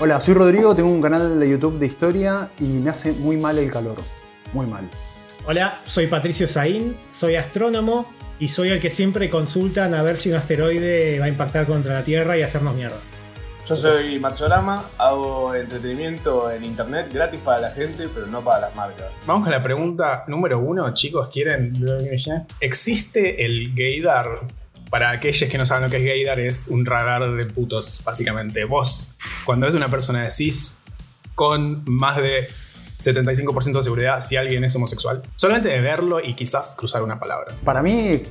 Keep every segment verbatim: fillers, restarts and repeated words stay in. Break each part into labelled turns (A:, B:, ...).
A: Hola, soy Rodrigo, tengo un canal de YouTube de historia y me hace muy mal el calor. Muy mal.
B: Hola, soy Patricio Saín, soy astrónomo y soy el que siempre consultan a ver si un asteroide va a impactar contra la Tierra y hacernos mierda.
C: Yo soy Matsorama, hago entretenimiento en internet gratis para la gente, pero no para las marcas.
D: Vamos con la pregunta número uno, chicos, ¿quieren? ¿Existe el gaydar? Para aquellos que no saben lo que es gaydar, es un radar de putos, básicamente. Vos, cuando ves una persona de cis con más de setenta y cinco por ciento de seguridad si alguien es homosexual, solamente de verlo y quizás cruzar una palabra.
A: Para mí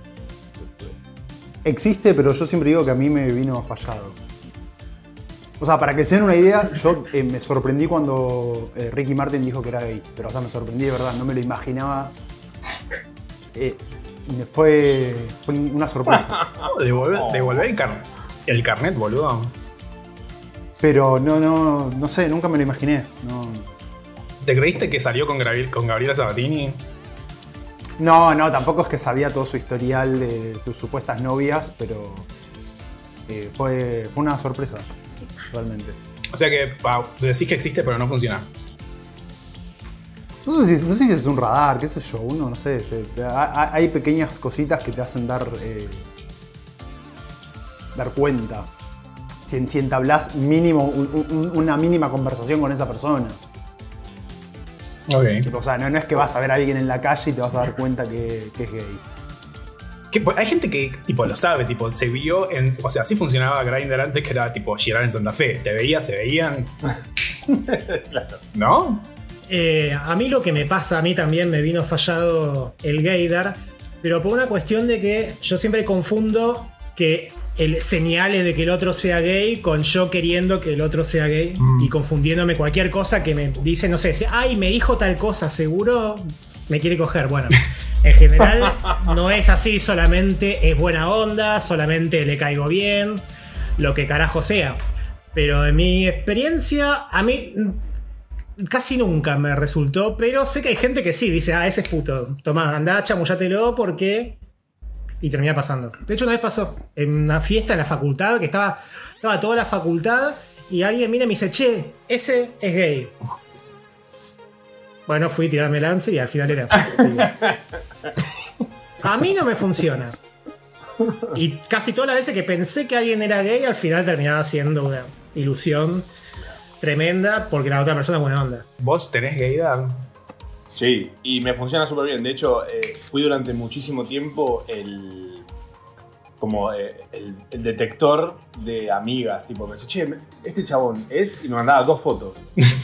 A: existe, pero yo siempre digo que a mí me vino fallado. O sea, para que se den una idea, yo eh, me sorprendí cuando eh, Ricky Martin dijo que era gay. Pero o sea, me sorprendí de verdad, no me lo imaginaba. Eh, me fue, fue una sorpresa.
D: No, devolver, oh. devolver el, car- el carnet, boludo.
A: Pero no, no, no sé, nunca me lo imaginé. No.
D: ¿Te creíste que salió con, Gabriel, con Gabriela Sabatini?
A: No, no, tampoco es que sabía todo su historial de sus supuestas novias, pero eh, fue, fue una sorpresa. Realmente.
D: O sea que wow, decís que existe pero no funciona.
A: No sé si, no sé si es un radar, qué sé yo, uno, no sé. Se, hay pequeñas cositas que te hacen dar eh, dar cuenta. Si, si entablás mínimo, un, un, una mínima conversación con esa persona.
D: Okay.
A: O sea, no, no es que vas a ver a alguien en la calle y te vas a dar cuenta que, que es gay.
D: Que, hay gente que tipo lo sabe, tipo se vio en, o sea, así funcionaba Grindr antes, que era tipo girar en Santa Fe, te veías, se veían.
C: Claro.
D: ¿No?
B: Eh, a mí lo que me pasa, a mí también me vino fallado el gaydar, pero por una cuestión de que yo siempre confundo que el señales de que el otro sea gay con yo queriendo que el otro sea gay mm. y confundiéndome cualquier cosa que me dice, no sé, ay, me dijo tal cosa, seguro me quiere coger. Bueno, en general no es así, solamente es buena onda, solamente le caigo bien, lo que carajo sea. Pero en mi experiencia, a mí casi nunca me resultó, pero sé que hay gente que sí, dice, ah, ese es puto, tomá, andá, chamullátelo porque... Y termina pasando. De hecho, una vez pasó en una fiesta en la facultad, que estaba, estaba toda la facultad, y alguien mira y me dice, che, ese es gay. Bueno, fui a tirarme el lance y al final era... A mí no me funciona. Y casi todas las veces que pensé que alguien era gay, al final terminaba siendo una ilusión tremenda porque la otra persona es buena onda.
D: ¿Vos tenés gaydar?
C: Sí, y me funciona súper bien. De hecho, eh, fui durante muchísimo tiempo el... como eh, el, el detector de amigas. Tipo, me dice, che, este chabón es... Y me mandaba dos fotos.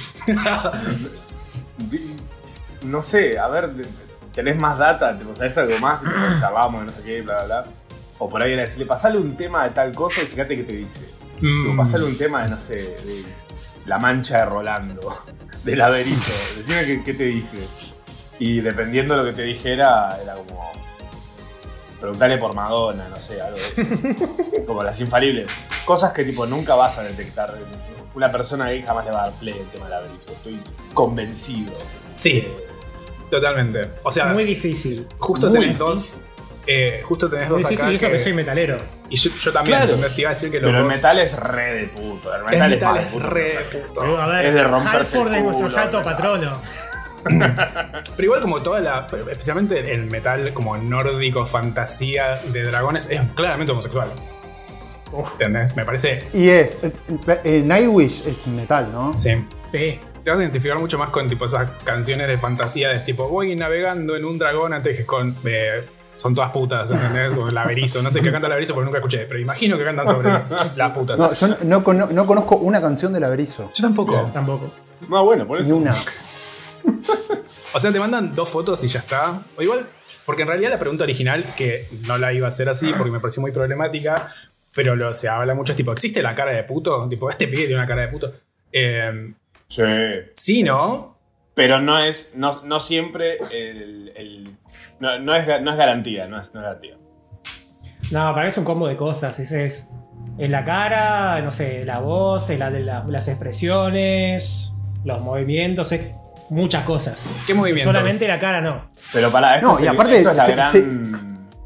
C: No sé, a ver, ¿tenés más data? ¿Sabés algo más? Y te charlamos, no sé qué, bla, bla, bla. O por ahí era decirle, pasale un tema de tal cosa y fíjate qué te dice. Mm. O pasale un tema de, no sé, de la mancha de Rolando, del laberinto. Decime qué, qué te dice. Y dependiendo de lo que te dijera, era como... preguntarle por Madonna, no sé, algo de eso. Como las infalibles. Cosas que tipo nunca vas a detectar. Una persona gay jamás le va a dar play el tema del laberinto. Estoy convencido.
D: Sí, eh, totalmente. O sea,
B: muy difícil.
D: Justo
B: muy
D: tenés
B: difícil.
D: dos. Eh, justo tenés dos
B: muy
D: acá.
B: Difícil, y eso
D: que...
B: que soy metalero.
D: Y yo, yo también.
C: Claro.
D: Te iba a decir que los
C: Pero
D: dos...
C: el metal es re de puto. El metal,
D: el
C: es,
D: metal
C: es
D: es
C: puto,
D: re de puto.
B: Pero, a ver,
C: es de romperse
B: Halford es nuestro
C: culo,
B: salto
C: metal.
B: patrono.
D: Pero igual como toda la... especialmente el metal como nórdico, fantasía de dragones, es claramente homosexual. ¿Entendés? Me parece...
A: Y es... Eh, eh, Nightwish es metal, ¿no?
D: Sí.
B: Sí.
D: Te vas a identificar mucho más con tipo esas canciones de fantasía de tipo voy navegando en un dragón antes que con... Eh, son todas putas, ¿entendés? Con el Averizo. No sé qué canta el Averizo porque nunca escuché, pero imagino que cantan sobre las putas.
A: No, yo no, no, cono- no conozco una canción del Averizo.
D: Yo tampoco.
C: Bien.
B: Tampoco.
C: No, bueno, por eso.
A: Ni una.
D: O sea, te mandan dos fotos y ya está. O igual, porque en realidad la pregunta original, que no la iba a hacer así porque me pareció muy problemática, pero lo, se habla mucho, es tipo, ¿existe la cara de puto? Tipo, este pibe tiene una cara de puto. Eh,
C: Sí.
D: sí, ¿no?
C: Pero no es, no, no siempre el, el no, no, es, no es garantía, no es, no es garantía.
B: No, para mí es un combo de cosas. Ese es, es la cara, no sé, la voz, es la de la, las expresiones, los movimientos, es muchas cosas.
D: ¿Qué movimientos?
B: Solamente la cara no.
C: Pero para esto
A: No,
C: es,
A: y
C: el-
A: aparte
C: esto es la
A: se-
C: gran
A: se-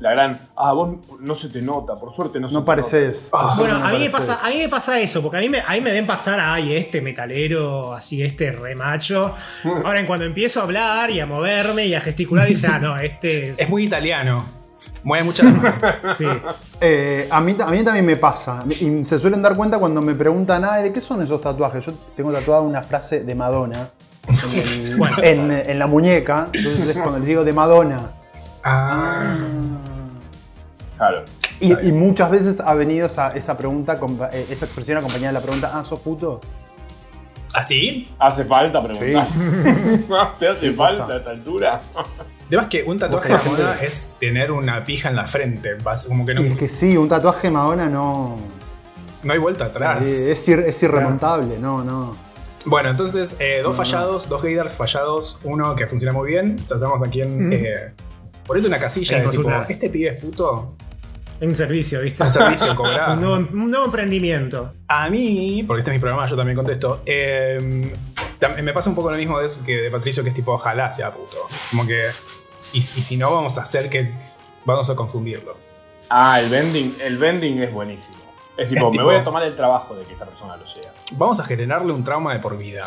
C: La gran, ah, vos no se te nota, por suerte no se
A: No
C: te
A: pareces.
C: nota.
A: por suerte
B: Bueno,
A: no
B: a mí, me
A: pareces.
B: pasa, a mí me pasa eso, porque a mí me, a mí me ven pasar, ay, este metalero, así, este remacho. Ahora, en cuando empiezo a hablar y a moverme y a gesticular, dice, ah, no, este.
D: Es muy italiano. Mueve muchas manos.
B: Sí.
A: Eh, a, mí, a mí también me pasa. Y se suelen dar cuenta cuando me preguntan, ah, ¿de qué son esos tatuajes? Yo tengo tatuada una frase de Madonna en, el-
B: Bueno.
A: en- en la muñeca. Entonces, cuando les digo de Madonna.
D: Ah.
C: Claro.
A: Y, y muchas veces ha venido esa, esa pregunta, compa- eh, esa expresión acompañada de la pregunta, ah, ¿sos puto?
D: ¿Así?
C: Hace falta preguntar. ¿Te hace falta a esta altura?
D: Además que un tatuaje de
A: Busca la
D: Madonna
A: gente.
D: es tener una pija en la frente. Vas- Como que no,
A: Y es que sí, un tatuaje de Madonna no.
D: no hay vuelta atrás.
A: eh, es, ir- es irremontable, no, no.
D: Bueno, entonces, eh, dos fallados, dos gaydars fallados, uno que funciona muy bien. Entonces vamos aquí en.
B: Mm.
D: Eh, ponete una casilla
B: En
D: de tipo,
B: consultar.
D: este pibe es puto.
B: Un servicio, ¿viste?
D: Un servicio cobrado.
B: Un nuevo, un nuevo emprendimiento.
D: A mí, porque este es mi programa, yo también contesto. eh, tam- me pasa un poco lo mismo de, eso que de Patricio, que es tipo, ojalá sea puto. Como que. Y, y si no, vamos a hacer que. Vamos a confundirlo.
C: Ah, el vending, el vending es buenísimo. Es tipo,
D: Es
C: me
D: tipo-
C: voy a tomar el trabajo de que esta persona lo sea.
D: Vamos a generarle un trauma de por vida.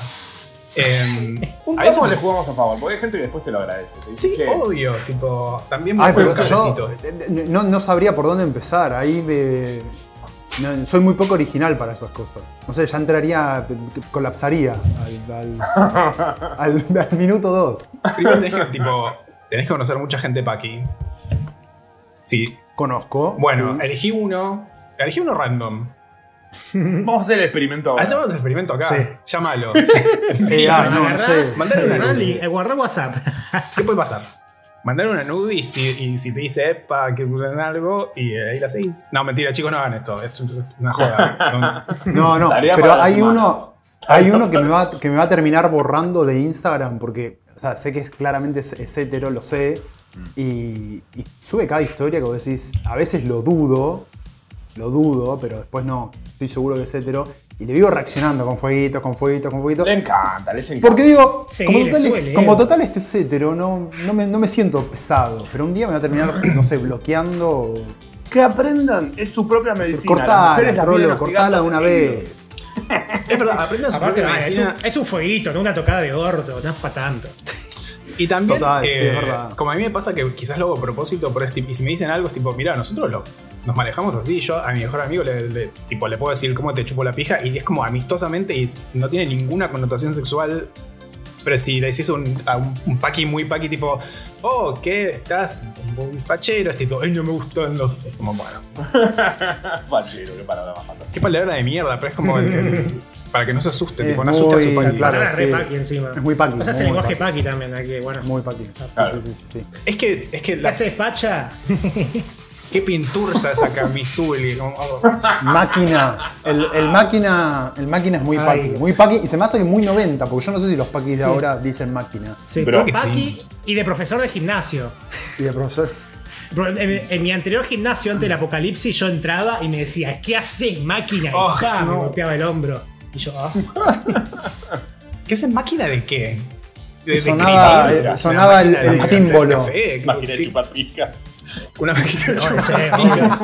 D: Eh,
C: Un
D: a veces
C: poco le jugamos a favor, porque hay gente que después te lo agradece. Te dice,
D: Sí,
C: "Che,
D: obvio, tipo, también me
A: Ay,
D: pongo
A: pero
D: un
A: yo
D: cafecito.
A: eh, no, no sabría por dónde empezar. Ahí me- no, soy muy poco original para esas cosas. No sé, ya entraría, colapsaría al, al, al- al minuto dos.
D: Primero tenés que, tipo, tenés que conocer mucha gente paqui. Sí.
A: Conozco.
D: Bueno,
A: Sí.
D: elegí uno. Elegí uno random.
C: Vamos a hacer el experimento ahora.
D: Hacemos el experimento acá.
B: Sí.
D: Llámalo.
A: Eh, ah, no, no sé.
D: Mandale una
B: Mandale,
D: nude.
B: eh, guardá WhatsApp.
D: ¿Qué puede pasar? Mandar una nude y si, y si te dice epa, que buscan algo y eh, ahí la seguís. No, mentira, chicos, no hagan esto. Es una joda. No.
A: No, no,
C: Tarea
A: pero
C: para la
A: hay
C: semana.
A: uno, hay uno que me, va, que me va a terminar borrando de Instagram porque, o sea, sé que es claramente es, es hetero, lo sé, y, y sube cada historia que vos decís, a veces lo dudo, lo dudo, pero después no, estoy seguro que es hetero, y le vivo reaccionando con fueguitos, con fueguitos, con fueguitos.
C: Le encanta, les encanta.
A: Porque digo,
B: Sí,
A: como,
B: le
A: total,
B: suele,
A: como
B: eh.
A: total este es hetero, no, no, me, no me siento pesado, pero un día me va a terminar, no sé, bloqueando o...
C: Que aprendan, es su propia medicina. Las
A: Cortala,
C: mujeres las
A: trolo,
C: vienen
A: cortala de
C: hostigando
A: una
C: hace
A: vez.
C: siglos.
D: Es verdad, aprendan su
B: Aparte,
D: propia
B: va, es, un,
D: medicina.
B: es un fueguito, no una tocada de orto, no es para tanto.
D: Y también,
A: Total, sí,
D: eh,
A: es verdad.
D: como a mí me pasa que quizás lo hago a propósito, pero es tipo, y si me dicen algo, es tipo, mira, nosotros lo, nos manejamos así. Yo a mi mejor amigo le, le- tipo, le puedo decir cómo te chupo la pija y es como amistosamente y no tiene ninguna connotación sexual. Pero si le decís un, a un, un paqui muy paqui, tipo, oh, ¿qué? Estás muy fachero, es tipo, ay, no me gustan los. Es como, bueno,
C: Fachero, qué palabra más fantástica.
D: qué palabra de mierda, pero es como el- el- para que no se asuste,
A: Es
D: tipo, no asuste a su
A: muy-
D: paqui.
A: claro.
B: Palabra re
A: sí.
B: paqui encima.
A: Es muy paqui,
B: O sea, es
A: muy
B: el lenguaje
A: paqui.
B: paqui también, aquí, bueno.
A: Muy paqui.
C: Claro.
A: Sí, sí, sí, sí.
D: Es que, es que
B: ¿Qué
D: la,
B: hace facha?
D: qué pintursa esa camisú, el- como- oh.
A: Máquina. El, el máquina. El máquina es muy
B: Ay.
A: paqui. Muy paqui. Y se me hace que muy noventa, porque yo no sé si los paquis de ahora dicen máquina.
B: Sí,
C: Pero-
B: pero
D: Creo que
B: paqui y de profesor de gimnasio.
A: Y de profesor.
B: En, en mi anterior gimnasio, antes del apocalipsis, yo entraba y me decía, ¿qué haces, máquina? Y
D: Oh,
B: ¡pah! me
D: no.
B: golpeaba el hombro. Y yo, ah.
D: ¿Qué es máquina de qué? De, de
A: Sonaba,
D: escribir.
A: eh,
D: Una
A: sonaba el-
D: máquina de
A: el
D: hacer
A: símbolo.
D: café,
C: Imagina
D: sí,
C: chupar pijas.
D: Una máquina de
B: No
D: chupar
B: sé,
D: pijas.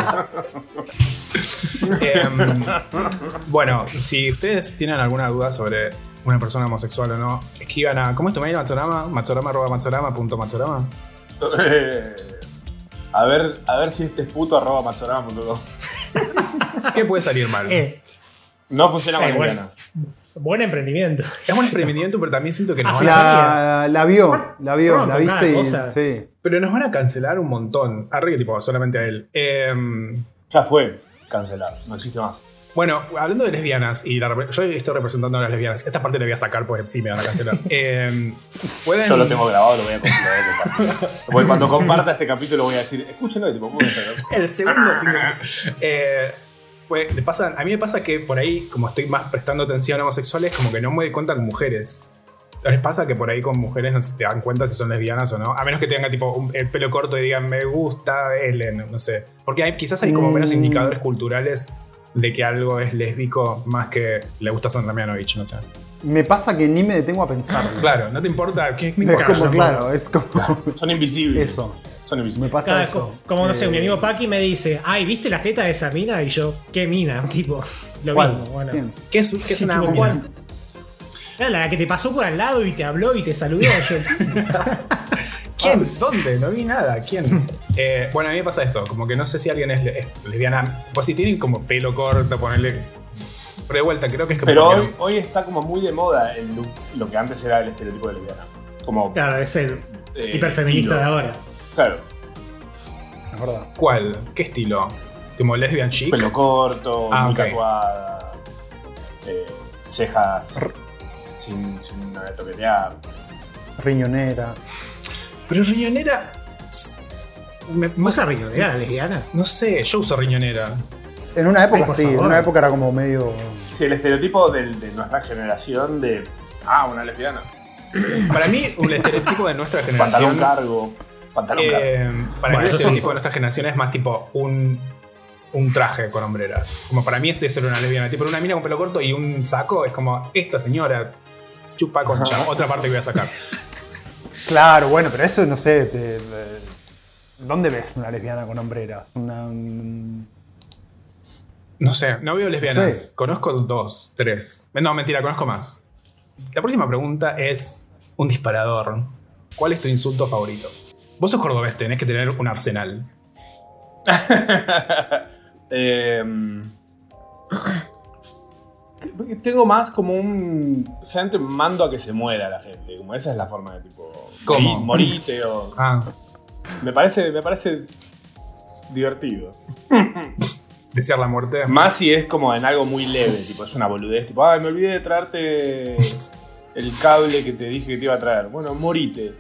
B: obvio.
D: Em, bueno, si ustedes tienen alguna duda sobre una persona homosexual o no, escriban a. ¿Cómo es tu mail, Matsorama? Matsorama arroba matsorama punto matsorama.
C: Eh, a ver, a ver si este es puto arroba matsorama punto com.
D: ¿Qué puede salir mal?
B: Eh,
C: No funciona
B: Eh,
C: con
B: bueno.
C: Eliana.
B: buen emprendimiento.
D: Es un experimento, pero también siento que nos
B: Ah,
D: van
B: sí,
D: a.
A: La, la vio, la vio,
B: Fueron
A: la
B: con cada
A: viste y.
B: cosa.
A: Sí.
D: Pero nos van a cancelar un montón. Arre que tipo, solamente a él. Em,
C: Ya fue cancelado, no existe más.
D: Bueno, hablando de lesbianas, y la rep- yo estoy representando a las lesbianas. Esta parte la voy a sacar porque sí me van a cancelar. Eh, ¿pueden...
C: Yo lo tengo grabado, lo voy a, lo voy a compartir. Porque cuando comparta este capítulo voy a decir, escúchenlo y tipo, muy bien.
D: El segundo cinco. Eh, pues, le pasan, a mí me pasa que por ahí, como estoy más prestando atención a homosexuales, como que no me doy cuenta con mujeres. ¿Les pasa que por ahí con mujeres no se te dan cuenta si son lesbianas o no? A menos que tengan tipo un- el pelo corto y digan, me gusta Ellen, no sé. Porque hay, quizás hay como menos
A: Mm.
D: indicadores culturales de que algo es lésbico más que le gusta San Damianovich, no sé.
A: Me pasa que ni me detengo a pensar.
D: Claro, no te importa. ¿Qué me
A: Es
D: importa?
A: como, claro, es como
C: Son invisibles.
A: eso.
C: Son
A: Me
C: invisibles.
A: pasa
B: Cada-
A: eso.
B: como no sé,
A: Eh,
B: mi amigo Paki me dice, ay, ¿viste las tetas de esa mina? Y yo, ¿qué mina? Tipo, lo
A: ¿Cuál?
B: mismo. Bueno.
A: ¿Quién?
D: ¿Qué es, qué es
B: Sí,
D: una
B: tipo,
D: mina?
B: ¿cuál? Era la que te pasó por al lado y te habló y te saludó. Yo,
D: ¿Quién? ¿Dónde? No vi nada. ¿Quién? Eh, bueno, a mí me pasa eso. Como que no sé si alguien es, es lesbiana. Pues si tienen como pelo corto, ponerle. Pero de vuelta, creo que es como.
C: Pero
D: que-
C: hoy, hoy está como muy de moda el look, lo que antes era el estereotipo de lesbiana. Como.
B: claro, es el
C: eh,
B: hiperfeminista de
C: estilo.
B: ahora.
C: Claro.
A: Es verdad.
D: ¿Cuál? ¿Qué estilo? ¿Como lesbian chic?
C: Pelo corto,
D: Ah,
C: muy
D: ok.
C: tatuada. Eh, cejas sin, sin toquetear.
A: Riñonera.
D: Pero riñonera. Me-
B: ¿Vos sos riñonera, lesbiana?
D: no sé, yo uso riñonera.
A: En una época
B: Ay, por
A: sí, en
B: favor.
A: una época era como medio.
C: Sí, el estereotipo del- de nuestra generación de. Ah, una lesbiana.
D: Para mí, un estereotipo de nuestra
C: Pantalón
D: generación.
C: cargo. Pantalón cargo.
D: eh, para
B: Bueno,
D: mí, el
B: eso
D: estereotipo
B: sí.
D: de nuestra generación es más tipo un. Un traje con hombreras. Como para mí es eso una lesbiana. Tipo una mina con pelo corto y un saco. Es como esta señora chupa concha.
C: Ajá.
D: Otra parte que voy a sacar.
A: Claro, bueno, pero eso no sé. te- eh, ¿Dónde ves una lesbiana con hombreras? Una. mm,
D: No sé, no veo lesbianas.
A: No sé.
D: Conozco dos, tres. No, mentira, conozco más. La próxima pregunta es un disparador. ¿Cuál es tu insulto favorito? Vos sos cordobés, tenés que tener un arsenal.
C: Eh, tengo más como un. Gente mando a que se muera la gente. Como esa es la forma de tipo.
D: ¿Cómo?
C: morí- Morite o.
D: Ah,
C: Me parece, me parece divertido.
D: desear la muerte.
C: Más si es como en algo muy leve, tipo, es una boludez, tipo, ay, me olvidé de traerte el cable que te dije que te iba a traer. Bueno, morite.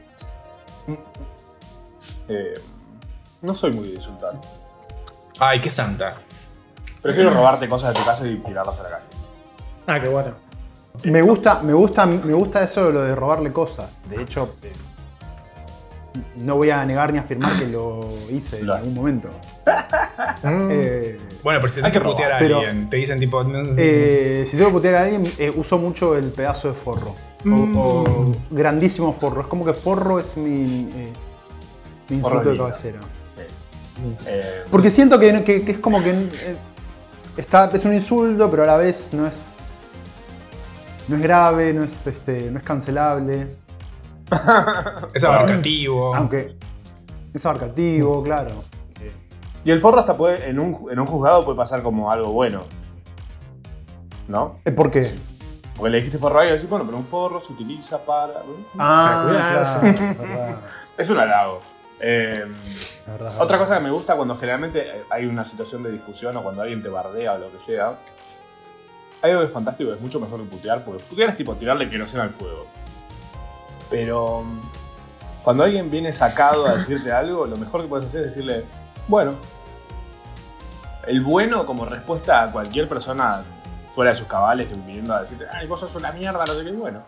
C: Eh, no soy muy de insultar.
D: Ay, qué santa.
C: Prefiero robarte cosas de tu casa y tirarlas a la calle.
B: Ah, qué bueno.
A: Me gusta, me gusta, me gusta eso lo de robarle cosas. De hecho, eh, no voy a negar ni afirmar que lo hice en
C: Lo-
A: algún momento.
B: Mm.
A: Eh,
D: Bueno, pero si tenés
C: Hay
D: que
C: que
D: putear a
A: robar, pero-
D: alguien, te dicen tipo.
A: eh, si tengo que putear a alguien, eh, uso mucho el pedazo de forro. O,
D: Mm.
A: o grandísimo forro. Es como que forro es mi, eh, mi
C: Forro
A: insulto de
C: lindo.
A: cabecera.
C: Eh,
A: Porque siento que, que- que es como que eh, está, es un insulto, pero a la vez no es. No es grave, no es, este, no es cancelable.
D: Es abarcativo.
A: Aunque es abarcativo, claro. Eh,
C: y el forro hasta puede, en un, en un juzgado puede pasar como algo bueno. ¿No?
A: eh, ¿Por qué?
C: Porque le dijiste forro a alguien y decís, bueno, pero un forro se utiliza para.
A: Ah,
B: cuidarse.
A: claro, es verdad,
C: Es un halago. Eh,
A: es verdad.
C: Otra cosa que me gusta cuando generalmente hay una situación de discusión o cuando alguien te bardea o lo que sea, hay algo que es fantástico, es mucho mejor que putear, porque putear es tipo tirarle queroseno al fuego. Pero mm, cuando alguien viene sacado a decirte algo, lo mejor que puedes hacer es decirle, bueno. El bueno como respuesta a cualquier persona fuera de sus cabales que viniendo a decirte, ay, vos sos una mierda, no sé qué, bueno.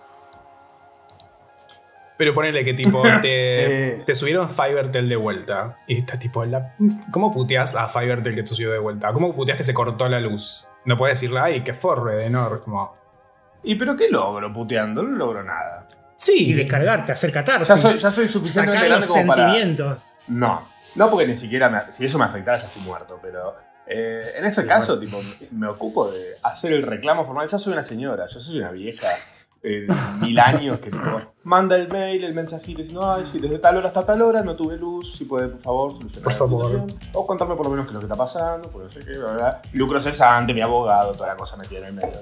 D: Pero ponele que tipo te,
A: Eh.
D: te subieron Fivertel de vuelta. Y está tipo la. ¿Cómo puteas a Fivertel que te subió de vuelta? ¿Cómo puteas que se cortó la luz? No puedes decirle, ay, qué forre de Nor. Como.
C: ¿Y pero qué logro puteando? No logro nada.
D: Sí.
B: Y descargarte, hacer catarsis.
C: Ya soy, ya soy suficientemente
B: sacar los
C: grande como para...
B: sentimientos.
C: No, no porque ni siquiera me- si eso me afectara ya estoy muerto, pero eh, en ese
A: Sí,
C: caso tipo, me ocupo de hacer el reclamo formal. Ya soy una señora, yo soy una vieja eh, de mil años que tipo, manda el mail, el mensajito diciendo, ay, sí, desde tal hora hasta tal hora no tuve luz, si puede por favor solucionar
D: Por
C: la
D: favor.
C: situación, o contarme por lo menos qué es lo que está pasando, porque no sé qué, bla, bla. Lucro cesante, mi abogado, toda la cosa metida en el medio.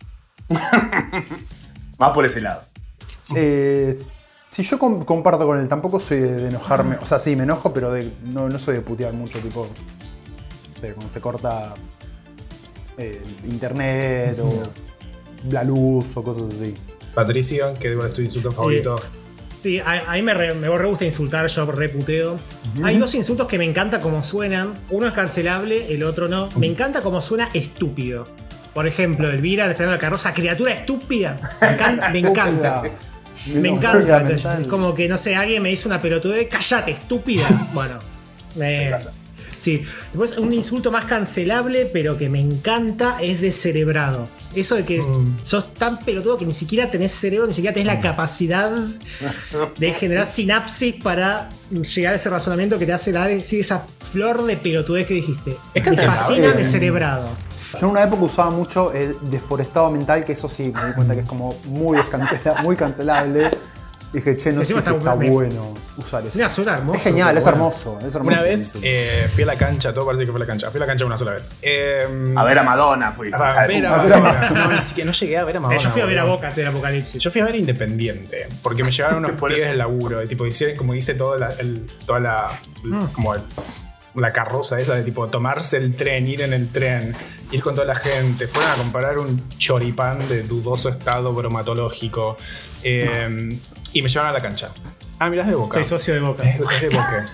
C: Más por ese lado.
A: Eh, si yo com- comparto con él, tampoco soy de, de enojarme. O sea, sí, me enojo, pero de- no, no soy de putear mucho, tipo. De cuando se corta eh, internet o la luz o cosas así.
D: Patricio, que es tu insulto favorito.
B: Sí, a, a mí me, re, me re gusta insultar, yo reputeo. Hay dos insultos que me encanta como suenan. Uno es cancelable, el otro no. Me encanta como suena estúpido. Por ejemplo, Elvira esperando la carroza, criatura estúpida. Me encanta. Me encanta. Me encanta.
A: Mental.
B: Es como que, no sé, alguien me dice una pelotudez, cállate, estúpida. Bueno, me, Sí. Después, un insulto más cancelable, pero que me encanta, es descerebrado. Eso de que mm. sos tan pelotudo que ni siquiera tenés cerebro, ni siquiera tenés la capacidad de generar sinapsis para llegar a ese razonamiento que te hace dar decir esa flor de pelotudez que dijiste.
D: Es
B: me fascina descerebrado.
A: Yo en una época usaba mucho el deforestado mental, que eso sí me di cuenta que es como muy, descancela, muy cancelable. Dije, che, no Encima sé si está, está bueno usar eso.
B: Es, hermoso,
A: es genial, es
B: bueno.
A: hermoso, es hermoso.
D: Una vez eh, fui a la cancha, todo parece que fue a la cancha. Fui a la cancha una sola vez. Eh,
C: a ver a Madonna fui.
D: A ver a Madonna. No, ni siquiera no llegué a ver a Madonna.
B: Eh, yo fui a ver a
D: boludo.
B: Boca del Apocalipsis.
D: Yo fui a ver Independiente, porque me llevaron unos pibes del laburo. Y tipo, hice, como hice toda la, el, toda la, mm. como el, la carroza esa de tipo tomarse el tren, ir en el tren, ir con toda la gente. Fueron a comprar un choripán de dudoso estado bromatológico. Eh, y me llevaron a la cancha. Ah, mirá, es de Boca.
B: Soy socio de Boca.
D: Es, es de Boca.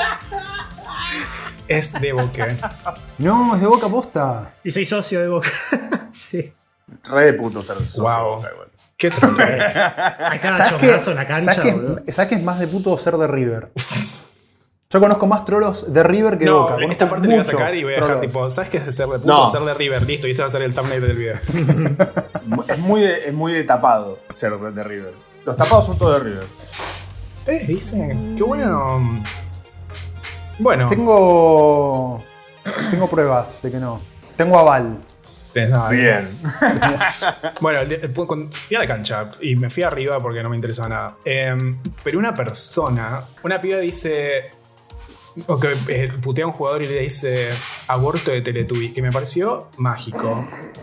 D: Es de Boca.
A: No, es de Boca posta.
B: Y soy socio de Boca. Sí.
C: Re de puto ser socio
D: wow.
C: de Boca, igual.
D: Qué trozo.
B: Hay cada chocazo en la cancha,
A: ¿sabes que, ¿Sabes que es más de puto ser de River? Yo conozco más trolos de River que de
D: no,
A: Boca.
D: En esta parte le voy a sacar y voy a dejar trolos. Tipo, ¿sabes qué es ser de puto?
C: No.
D: Ser de River, listo, y ese va a ser el thumbnail del video.
C: Es muy de, es muy de tapado ser de River. Los tapados son todos de River.
D: ¿Ustedes dicen? Qué bueno. Bueno.
A: Tengo. Tengo pruebas de que no. Tengo aval.
D: Pensaba,
C: bien.
D: Bueno, el, el, cuando fui a la cancha y me fui arriba porque no me interesaba nada. Eh, pero una persona, una piba dice. O que eh, putea a un jugador y le dice aborto de Teletubby, que me pareció mágico.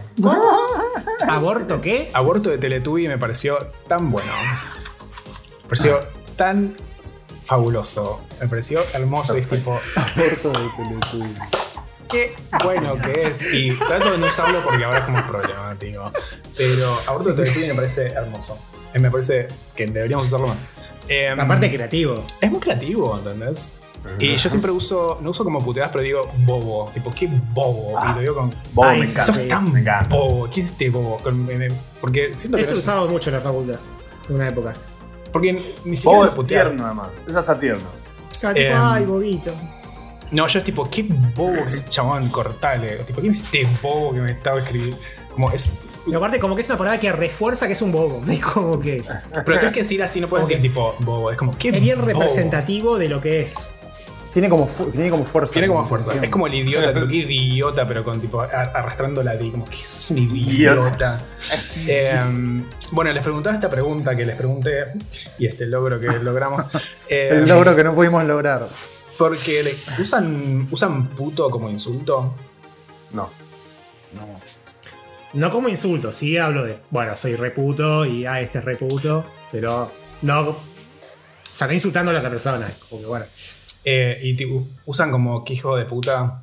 B: ¿Aborto qué?
D: Aborto de Teletubby me pareció tan bueno. Me pareció tan fabuloso. Me pareció hermoso y es tipo.
A: Aborto de Teletubby.
D: Qué bueno que es. Y trato de no usarlo porque ahora es como problemático. Pero aborto de Teletubby me parece hermoso. Me parece que deberíamos usarlo más. Eh,
B: Aparte creativo.
D: Es muy creativo, ¿entendés? Y yo siempre uso, no uso como puteadas, pero digo bobo. Tipo, qué bobo. Ah, y lo digo con.
C: Bobo,
B: ay,
C: me encanta.
D: Sos tan
C: me encanta.
D: bobo. ¿Qué es este bobo? Porque siento que.
B: Eso
D: no
B: lo
D: es,
B: usaba mucho en la facultad. En una época.
D: porque ni siquiera
C: Bobo
D: lo
C: es
D: puteas.
C: tierno, además. Eso está tierno.
B: Ah, tipo,
D: Eh,
B: ay, bobito.
D: No, yo es tipo, qué bobo que es este chabón, cortale. Tipo, ¿quién es este bobo que me estaba escribiendo? Como es.
B: Y aparte, como que es una palabra que refuerza que es un bobo. Es como que.
D: Pero tienes que decir así, no puedes
B: Okay.
D: decir tipo bobo. Es como, qué
B: Es bien
D: bobo.
B: representativo de lo que es.
A: Tiene como, fu tiene como fuerza.
D: Tiene como fuerza. Es como el idiota, tipo, qué idiota, pero con tipo arrastrando la D. Como que sos un idiota. eh, bueno, les preguntaba esta pregunta que les pregunté. Y este logro que logramos. Eh,
A: El logro que no pudimos lograr.
D: Porque le, usan, usan puto como insulto.
C: No.
A: No.
B: No como insulto, sí hablo de. Bueno, soy reputo y ah, este es reputo. Pero no. O sea, no insultando a la otra persona. Porque bueno.
D: Eh, y tipo, usan como que hijo de puta.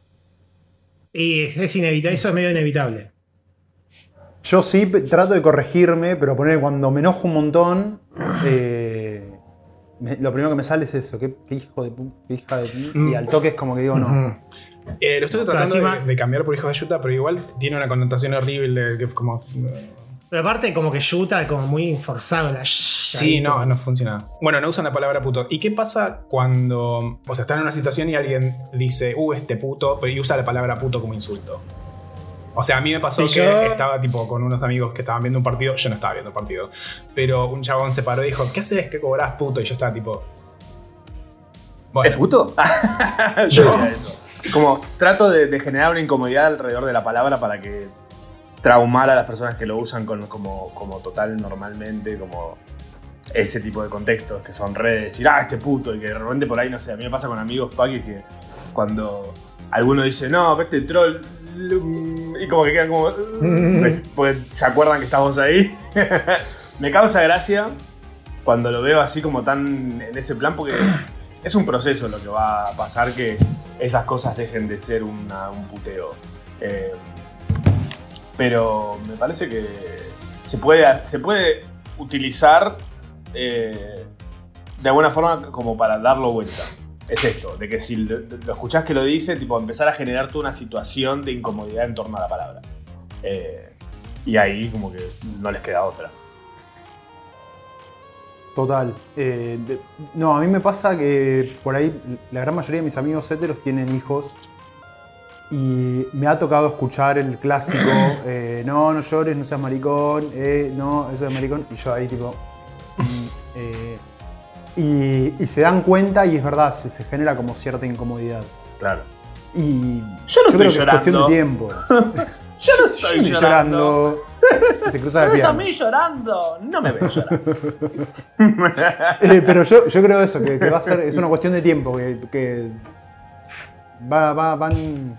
B: Y es inevitable, eso es medio inevitable.
A: Yo sí trato de corregirme, pero poner cuando me enojo un montón, eh, me, lo primero que me sale es eso, qué, qué hijo de puta, qué hija de puta.
D: Mm.
A: Y al toque es como que digo, no.
B: Uh-huh.
D: Eh, lo estoy tratando
B: encima,
D: de, de cambiar por hijo de yuta, pero igual tiene una connotación horrible. Que es como.
B: Pero aparte, como que yuta, como muy forzado la sh.
D: Sí,
B: ahí,
D: no,
B: como-
D: no funciona. Bueno, no usan la palabra puto. ¿Y qué pasa cuando. O sea, están en una situación y alguien dice, uh, este puto, pero y usa la palabra puto como insulto? O sea, a mí me pasó
B: Sí,
D: que
B: yo-
D: estaba tipo con unos amigos que estaban viendo un partido. Yo no estaba viendo un partido. Pero un chabón se paró y dijo, ¿qué haces? ¿Qué cobrás, puto? Y yo estaba tipo. Bueno,
C: ¿Es puto?
D: Yo-
C: Yo diría eso. Como trato de, de generar una incomodidad alrededor de la palabra para que traumar a las personas que lo usan con, como, como total normalmente, como ese tipo de contextos que son re de decir, ah, este puto, y que de repente por ahí, no sé, a mí me pasa con amigos paquis que cuando alguno dice, no, este troll, y como que quedan como, pues, porque se acuerdan que estamos ahí. Me causa gracia cuando lo veo así como tan en ese plan, porque es un proceso lo que va a pasar, que esas cosas dejen de ser una, un puteo. Eh, pero me parece que se puede, se puede utilizar eh, de alguna forma como para darlo vuelta. Es esto, de que si lo, lo escuchás que lo dice, tipo empezar a generar toda una situación de incomodidad en torno a la palabra. Eh, y ahí como que no les queda otra.
A: Total. Eh, de, no, a mí me pasa que por ahí la gran mayoría de mis amigos héteros tienen hijos y me ha tocado escuchar el clásico eh, no, no llores, no seas maricón, eh, no, eso es maricón, y yo ahí tipo... mm, eh, y, y se dan cuenta y es verdad, se, se genera como cierta incomodidad.
C: Claro.
A: Y
C: yo no
A: yo
C: estoy
A: creo
C: llorando.
A: que es cuestión de tiempo.
C: Yo no estoy
A: yo
C: llorando.
A: llorando. Se cruza de
C: ¿Ves
A: piernas.
C: a mí llorando? No me ves llorando.
A: Eh, pero yo, yo creo eso, que, que va a ser, es una cuestión de tiempo, que, que va, va, van,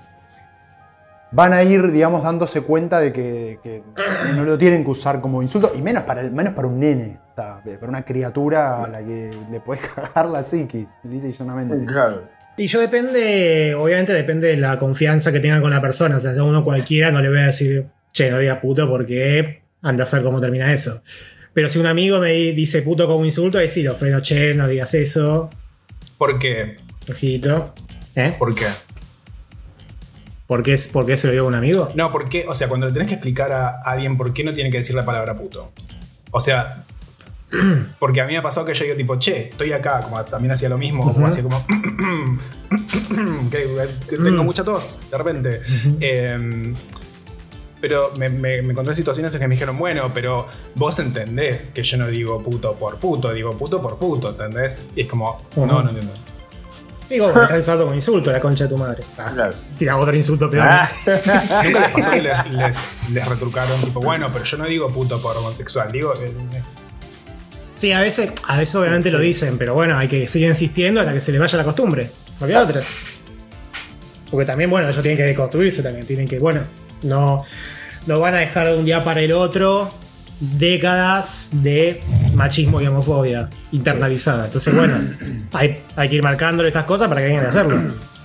A: van a ir, digamos, dándose cuenta de que, que no lo tienen que usar como insulto, y menos para, el, menos para un nene, o sea, para una criatura a la que le podés cagar la psiquis, lisa y llanamente.
C: Claro.
B: Y yo depende, obviamente depende de la confianza que tenga con la persona. O sea, a uno cualquiera no le voy a decir, che, no digas puto porque anda a saber cómo termina eso. Pero si un amigo me dice puto como insulto, ahí sí lo freno, che, no digas eso.
D: ¿Por qué?
B: Ojito. ¿Eh?
D: ¿Por qué?
B: ¿Por qué, ¿Por qué se lo digo a un amigo?
D: No, ¿por qué? O sea, cuando le tenés que explicar a alguien por qué no tiene que decir la palabra puto. O sea, porque a mí me ha pasado que yo digo tipo, che, estoy acá, como también hacía lo mismo, como
B: uh-huh.
D: hacía como que, que tengo
B: Mm.
D: mucha tos de repente.
B: Uh-huh.
D: Eh, pero me, me, me encontré situaciones en que me dijeron, bueno, pero vos entendés que yo no digo puto por puto, digo puto por puto, ¿entendés? Y es como,
B: Uh-huh.
D: no, no entiendo.
B: Digo, me estás usando como insulto, la concha de tu madre. Ah,
C: Claro.
B: tira otro insulto peor.
C: Ah.
D: ¿Nunca les pasó que le- les, les retrucaron tipo, bueno, pero yo no digo puto por homosexual, digo... eh, eh,
B: Sí, a veces, a veces obviamente sí. Lo dicen, pero bueno, hay que seguir insistiendo hasta que se le vaya la costumbre. No queda otra. Porque también, bueno, ellos tienen que deconstruirse también. Tienen que, bueno, no, no van a dejar de un día para el otro décadas de machismo y homofobia internalizada. Entonces, bueno, hay, hay que ir marcándole estas cosas para que vengan a hacerlo.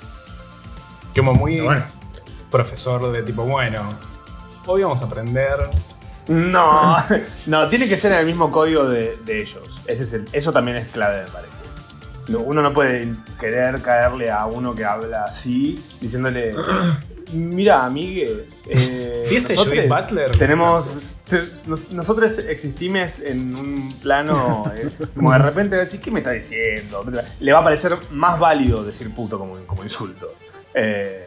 D: como muy
B: Pero bueno.
D: profesor de tipo, bueno, hoy vamos a aprender...
C: No, no, tiene que ser en el mismo código de, de ellos. Ese es el, eso también es clave, me parece. No, uno no puede querer caerle a uno que habla así, diciéndole, mira, amigue, eh,
D: ¿Dice Judith Butler?
C: Tenemos, te, nos, nosotros existimos en un plano, eh, como de repente decir, ¿qué me está diciendo? Le va a parecer más válido decir puto como, como insulto. Eh,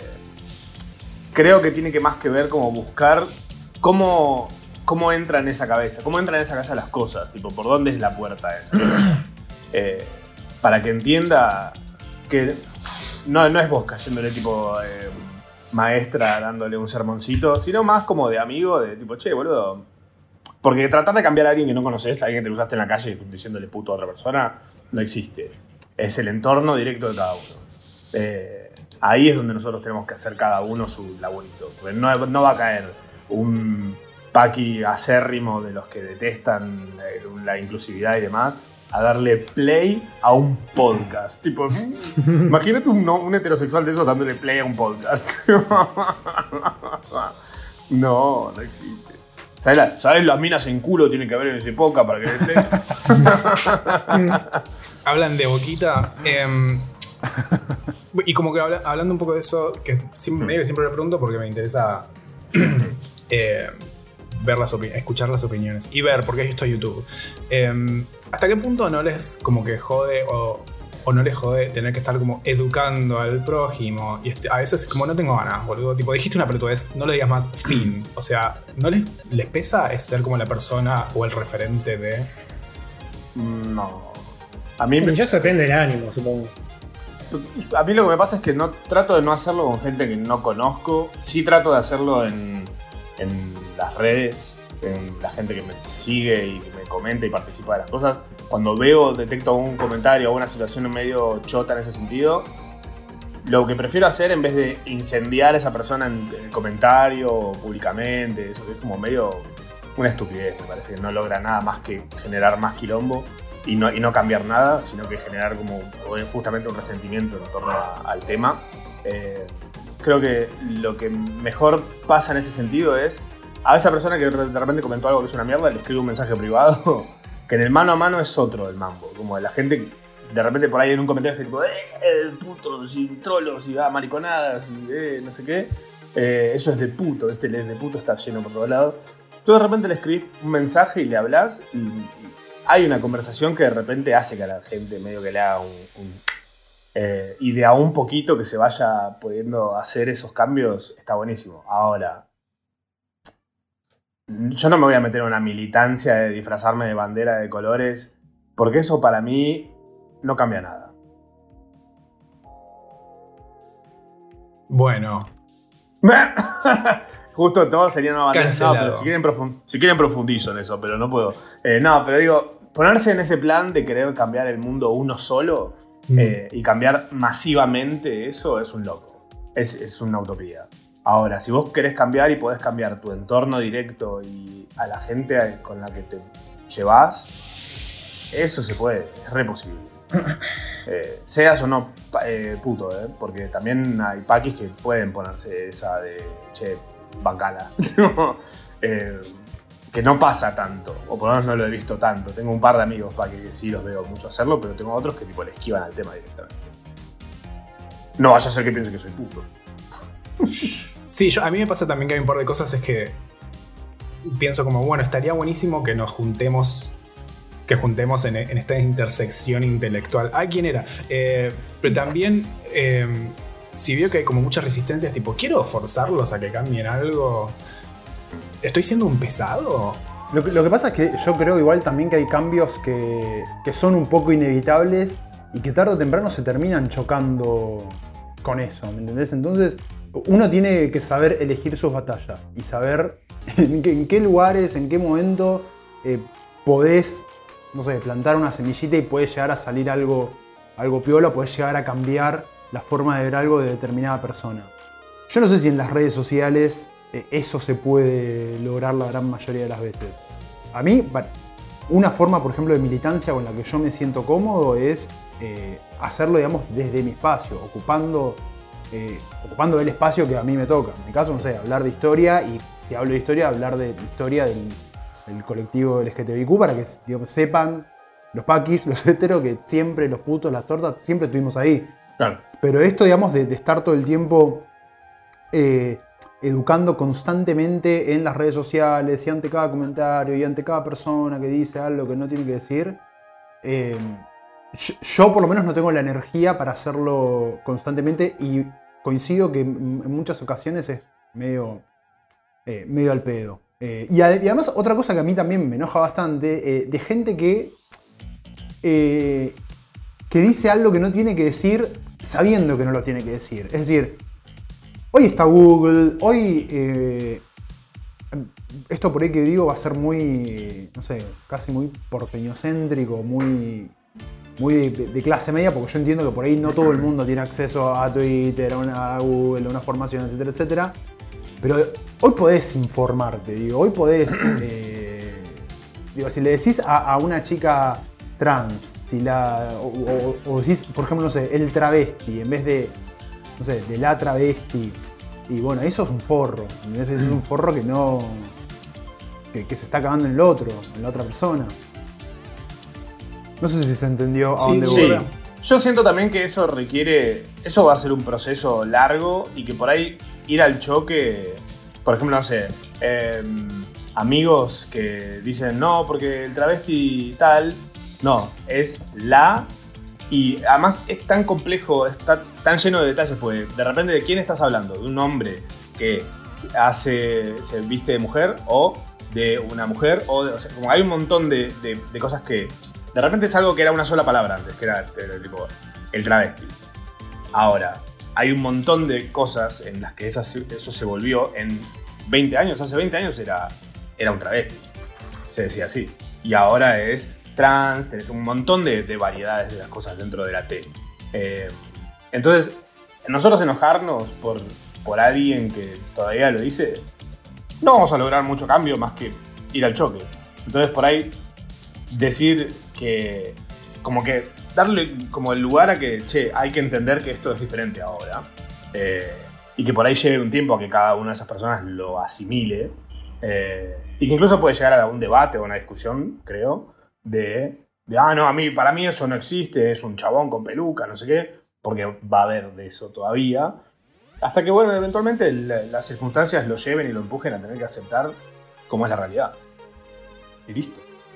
C: creo que tiene que más que ver como buscar cómo... ¿Cómo entra en esa cabeza? ¿Cómo entran en esa cabeza las cosas? Tipo, ¿por dónde es la puerta esa? eh, para que entienda que no, no es vos cayéndole tipo eh, maestra dándole un sermoncito, sino más como de amigo, de tipo, che, boludo. Porque tratar de cambiar a alguien que no conoces, a alguien que te usaste en la calle diciéndole puto a otra persona, no existe. Es el entorno directo de cada uno. Eh, ahí es donde nosotros tenemos que hacer cada uno su laburito. Porque no, no va a caer un... Paqui acérrimo de los que detestan la inclusividad y demás, a darle play a un podcast. Tipo, imagínate un, un heterosexual de esos dándole play a un podcast. No, no existe. ¿Sabes, la, ¿Sabes las minas en culo tienen que haber en ese podcast para que le
D: Hablan de boquita. Eh, y como que habla, hablando un poco de eso, que siempre, medio que siempre le pregunto porque me interesa... eh, ver las opin- escuchar las opiniones y ver, porque esto es YouTube. Eh, ¿Hasta qué punto no les como que jode o, o no les jode tener que estar como educando al prójimo? Y este, a veces como no tengo ganas, boludo. Tipo, dijiste una pelotudez, no lo digas más, fin. O sea, ¿no les, les pesa es ser como la persona o el referente de...?
C: No. A mí me...
B: Y eso depende del ánimo, supongo.
C: A mí lo que me pasa es que no trato de no hacerlo con gente que no conozco. Sí trato de hacerlo en, en las redes, en la gente que me sigue y que me comenta y participa de las cosas. Cuando veo, detecto un comentario o una situación medio chota en ese sentido, lo que prefiero hacer en vez de incendiar a esa persona en el comentario o públicamente, eso es como medio una estupidez, me parece que no logra nada más que generar más quilombo. Y no, y no cambiar nada, sino que generar como justamente un resentimiento en torno a, al tema. Eh, creo que lo que mejor pasa en ese sentido es a esa persona que de repente comentó algo que es una mierda, le escribe un mensaje privado, que en el mano a mano es otro el mambo. Como la gente de repente por ahí en un comentario es tipo, eh, el puto, sin trolos y da mariconadas y eh, no sé qué. Eh, eso es de puto, este de puto está lleno por todos lados. Tú de repente le escribís un mensaje y le hablas y, y hay una conversación que de repente hace que a la gente medio que le haga un... un eh, y de a un poquito que se vaya pudiendo hacer esos cambios, está buenísimo. Ahora, yo no me voy a meter en una militancia de disfrazarme de bandera de colores, porque eso para mí no cambia nada.
D: Bueno.
C: Justo todos tenían una bandera.
D: Cancelado.
C: No, pero si quieren, profund- si quieren profundizo en eso, pero no puedo. Eh, no, pero digo, ponerse en ese plan de querer cambiar el mundo uno solo mm. eh, y cambiar masivamente eso es un loco. Es, es una utopía. Ahora, si vos querés cambiar y podés cambiar tu entorno directo y a la gente con la que te llevas, eso se puede, es re posible. Eh, seas o no eh, puto, eh, porque también hay paquis que pueden ponerse esa de che, bancala. eh, que no pasa tanto, o por lo menos no lo he visto tanto. Tengo un par de amigos paquis que sí los veo mucho hacerlo, pero tengo otros que tipo le esquivan al tema directamente. No vaya a ser que piense que soy puto.
D: Sí, yo, a mí me pasa también que hay un par de cosas, es que pienso como, bueno, estaría buenísimo que nos juntemos, que juntemos en, en esta intersección intelectual. Ah, ¿quién era? Eh, pero también, eh, si veo que hay como muchas resistencias, tipo, ¿quiero forzarlos a que cambien algo? ¿Estoy siendo un pesado?
A: Lo que, lo que pasa es que yo creo igual también que hay cambios que, que son un poco inevitables y que tarde o temprano se terminan chocando con eso, ¿me entendés? Entonces, uno tiene que saber elegir sus batallas y saber en qué, en qué lugares, en qué momento eh, podés, no sé, plantar una semillita y puede llegar a salir algo, algo piola, podés llegar a cambiar la forma de ver algo de determinada persona. Yo no sé si en las redes sociales eh, eso se puede lograr la gran mayoría de las veces. A mí, una forma, por ejemplo, de militancia con la que yo me siento cómodo es eh, hacerlo, digamos, desde mi espacio, ocupando, eh, ocupando el espacio que a mí me toca. En mi caso, no sé, hablar de historia y si hablo de historia, hablar de historia del, del colectivo L G T B I Q para que, digamos, sepan los paquis, los heteros, que siempre los putos, las tortas, siempre estuvimos ahí.
C: Claro.
A: Pero esto, digamos, de, de estar todo el tiempo eh, educando constantemente en las redes sociales y ante cada comentario y ante cada persona que dice algo que no tiene que decir, eh, yo, yo por lo menos no tengo la energía para hacerlo constantemente y coincido que en muchas ocasiones es medio, eh, medio al pedo. Eh, y, ad- y además otra cosa que a mí también me enoja bastante, eh, de gente que, eh, que dice algo que no tiene que decir sabiendo que no lo tiene que decir. Es decir, hoy está Google, hoy eh, esto por ahí que digo va a ser muy, no sé, casi muy porteñocéntrico, muy, muy de, de clase media, porque yo entiendo que por ahí no todo el mundo tiene acceso a Twitter, a, una, a Google, a una formación, etcétera, etcétera. Pero hoy podés informarte, digo, hoy podés, eh, digo, si le decís a, a una chica trans, si la, o, o, o decís, por ejemplo, no sé, el travesti, en vez de, no sé, de la travesti, y bueno, eso es un forro, ¿entendés? Eso es un forro que no, que, que se está acabando en el otro, en la otra persona. No sé si se entendió a
D: Sí,
A: dónde
C: Sí.
A: voy.
C: Yo siento también que eso requiere, eso va a ser un proceso largo y que por ahí ir al choque, por ejemplo, no sé, eh, amigos que dicen no, porque el travesti tal, no, es la, y además es tan complejo, está tan lleno de detalles, porque de repente ¿de quién estás hablando? ¿De un hombre que hace, se viste de mujer o de una mujer? O, de, o sea, como hay un montón de, de, de cosas que de repente es algo que era una sola palabra antes, que era, era tipo el travesti. Ahora, hay un montón de cosas en las que eso, eso se volvió en veinte años. Hace veinte años era, era un travesti. Se decía así. Y ahora es trans, tenés un montón de, de variedades de las cosas dentro de la T. Eh, entonces, nosotros enojarnos por, por alguien que todavía lo dice, no vamos a lograr mucho cambio más que ir al choque. Entonces, por ahí, decir que, como que darle como el lugar a que, che, hay que entender que esto es diferente ahora. Eh, y que por ahí lleve un tiempo a que cada una de esas personas lo asimile. Eh, y que incluso puede llegar a un debate o una discusión, creo, de, de, ah, no, a mí, para mí eso no existe, es un chabón con peluca, no sé qué, porque va a haber de eso todavía. Hasta que, bueno, eventualmente la, las circunstancias lo lleven y lo empujen a tener que aceptar cómo es la realidad. Y listo.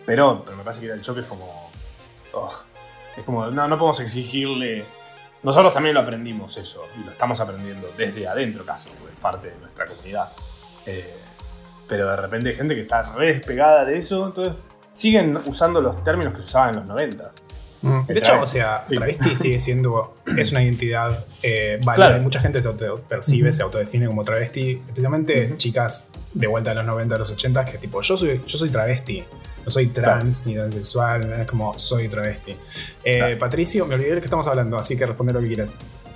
C: Pero, pero me parece que ir al choque es como... Oh, es como, no, no podemos exigirle... Nosotros también lo aprendimos eso, y lo estamos aprendiendo desde adentro casi, porque es parte de nuestra comunidad. Eh, pero de repente hay gente que está re despegada de eso, entonces siguen usando los términos que se usaban en los noventa.
D: Mm. De hecho, o sea,
C: sí.
D: travesti sigue siendo, es una identidad eh, válida.
C: Claro.
D: Mucha gente se autopercibe,
B: Uh-huh.
D: se autodefine como travesti, especialmente uh-huh. chicas de vuelta a los noventa, a los ochenta, que tipo, yo soy, yo soy travesti. No soy trans claro. ni transexual, es como soy travesti. Eh, claro. Patricio, me olvidé de que estamos hablando, así que responde lo que quieras.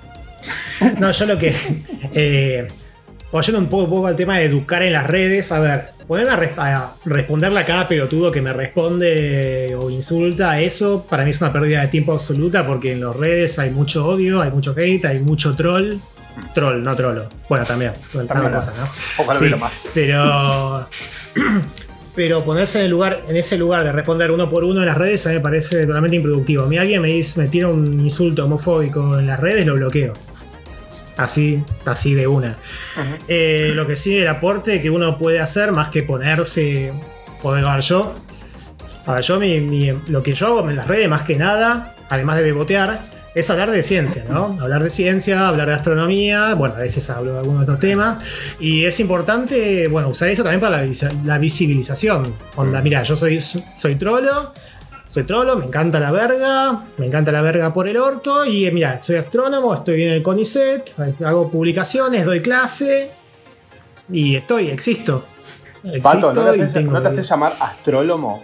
B: No, yo lo que... Eh, oyendo un poco, un poco al tema de educar en las redes, a ver, ponerme a, res- a responderle a cada pelotudo que me responde o insulta a eso, para mí es una pérdida de tiempo absoluta, porque en las redes hay mucho odio, hay mucho hate, hay mucho troll. Troll, no trolo. Bueno, también. También cosa, ¿no?
C: Ojalá
B: sí,
C: más.
B: Pero... Pero ponerse en el lugar, en ese lugar de responder uno por uno en las redes a mí me parece totalmente improductivo. A mí alguien me, dice, me tira un insulto homofóbico en las redes, lo bloqueo. Así, así de una. Uh-huh. Eh, lo que sí, el aporte que uno puede hacer, más que ponerse. Poder ver yo. A ver, yo mi, mi, lo que yo hago en las redes, más que nada, además de bebotear, es hablar de ciencia, ¿no? Hablar de ciencia, hablar de astronomía, bueno, a veces hablo de algunos de estos temas, y es importante, bueno, usar eso también para la, la visibilización. Onda, mira, yo soy, soy trolo, soy trolo, me encanta la verga, me encanta la verga por el orto, y mira, soy astrónomo, estoy en el CONICET, hago publicaciones, doy clase, y estoy, existo. existo
C: Pato, ¿no te haces,
B: tengo
C: ¿no te haces llamar astrólomo?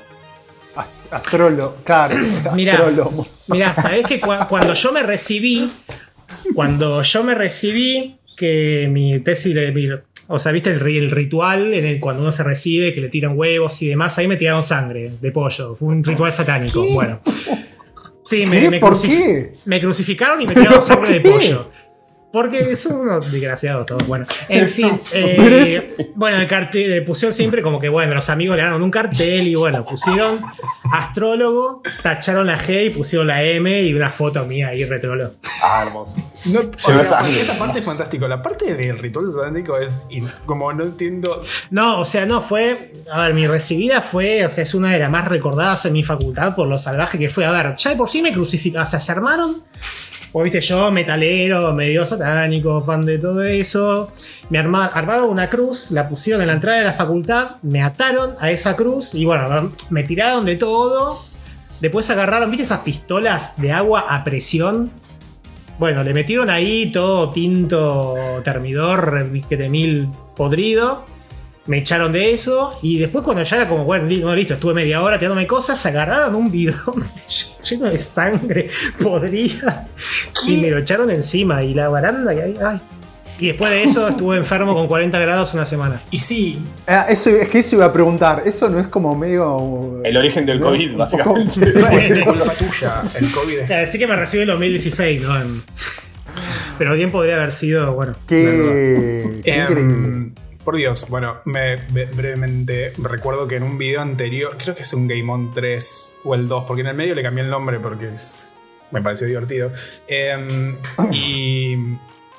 A: Astrolo, claro.
B: Mirá,
A: astrólomo.
B: mirá, sabés que cu- cuando yo me recibí, cuando yo me recibí, que mi tesis, mi, o sea, viste el, el ritual en el cuando uno se recibe, que le tiran huevos y demás, ahí me tiraron sangre de pollo. Fue un ritual satánico.
A: ¿Qué?
B: Bueno. Sí,
A: ¿Qué?
B: me, me,
A: ¿Por
B: crucif-
A: qué?
B: me crucificaron y me tiraron sangre de
A: qué?
B: pollo. Porque son unos desgraciados todos. Bueno, en fin. Eh,
A: Pero
B: bueno, el cartel le pusieron siempre como que, bueno, los amigos le dieron un cartel y bueno, pusieron astrólogo, tacharon la G y pusieron la M y una foto mía ahí retrólogo.
C: Ah, hermoso.
D: No, o
C: Se
D: sea,
C: ve sangre.
D: esa parte es fantástico. La parte del ritual satánico es in- como no entiendo.
B: No, o sea, no fue. A ver, mi recibida fue, o sea, es una de las más recordadas en mi facultad por lo salvaje que fue. A ver, ya de por sí me crucificaron, o sea, se armaron. Pues viste, yo, metalero, medio satánico, fan de todo eso. Me arma, armaron una cruz, la pusieron en la entrada de la facultad, me ataron a esa cruz y bueno, me tiraron de todo. Después agarraron, ¿viste esas pistolas de agua a presión? Bueno, le metieron ahí todo tinto termidor, de mil podrido. Me echaron de eso y después cuando ya era como, bueno, no, listo, estuve media hora tirándome cosas, agarraron un bidón lleno de sangre podrida y me lo echaron encima y la baranda que hay, ay. Y después de eso estuve enfermo con cuarenta grados una semana.
D: Y sí.
A: Ah, eso, es que eso iba a preguntar. Eso no es como medio.
C: El origen del
A: ¿no?
C: COVID,
A: Un
C: básicamente.
A: poco-
D: Es culpa tuya. El COVID es.
B: Así que me recibí en dos mil dieciséis, ¿no? En- Pero bien podría haber sido, bueno.
A: Qué, qué
D: Em,
A: increíble.
D: Por Dios, bueno, me, be- brevemente recuerdo que en un video anterior, creo que es un Game On tres o el dos, porque en el medio le cambié el nombre porque es- me pareció divertido. Em, y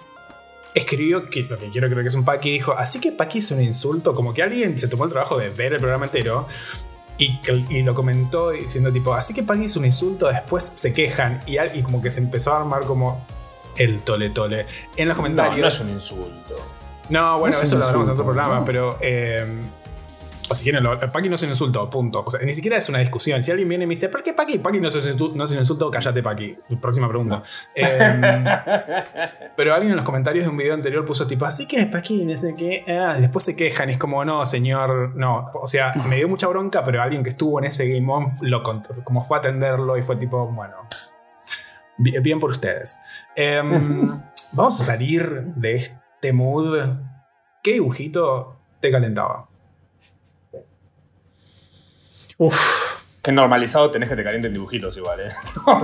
D: escribió que lo que quiero creo que es un Paqui, dijo, así que Paqui es un insulto, como que alguien se tomó el trabajo de ver el programa entero y, que- y lo comentó diciendo tipo, así que Paqui es un insulto, después se quejan y, al- y como que se empezó a armar como el tole tole en los
C: No,
D: comentarios.
C: no es un insulto.
D: No, bueno,
A: No es
D: eso
A: un
D: lo hablamos en otro
A: insulto,
D: programa,
A: no.
D: pero. Eh, o si quieren, lo, Paqui no es un insulto, punto. O sea, ni siquiera es una discusión. Si alguien viene y me dice, ¿por qué Paqui? Paqui no es un insulto, no es un insulto, cállate, Paqui. Próxima pregunta. Eh, pero alguien en los comentarios de un video anterior puso tipo, así que Paqui, no sé qué. Ah, y después se quejan, y es como, no, señor. No. O sea, me dio mucha bronca, pero alguien que estuvo en ese Game On lo cont- como fue a atenderlo y fue tipo, bueno. Bien, bien por ustedes. Eh, vamos a salir de este mood. ¿Qué dibujito te calentaba?
B: Uf.
C: Que normalizado tenés que te calienten dibujitos igual, ¿eh?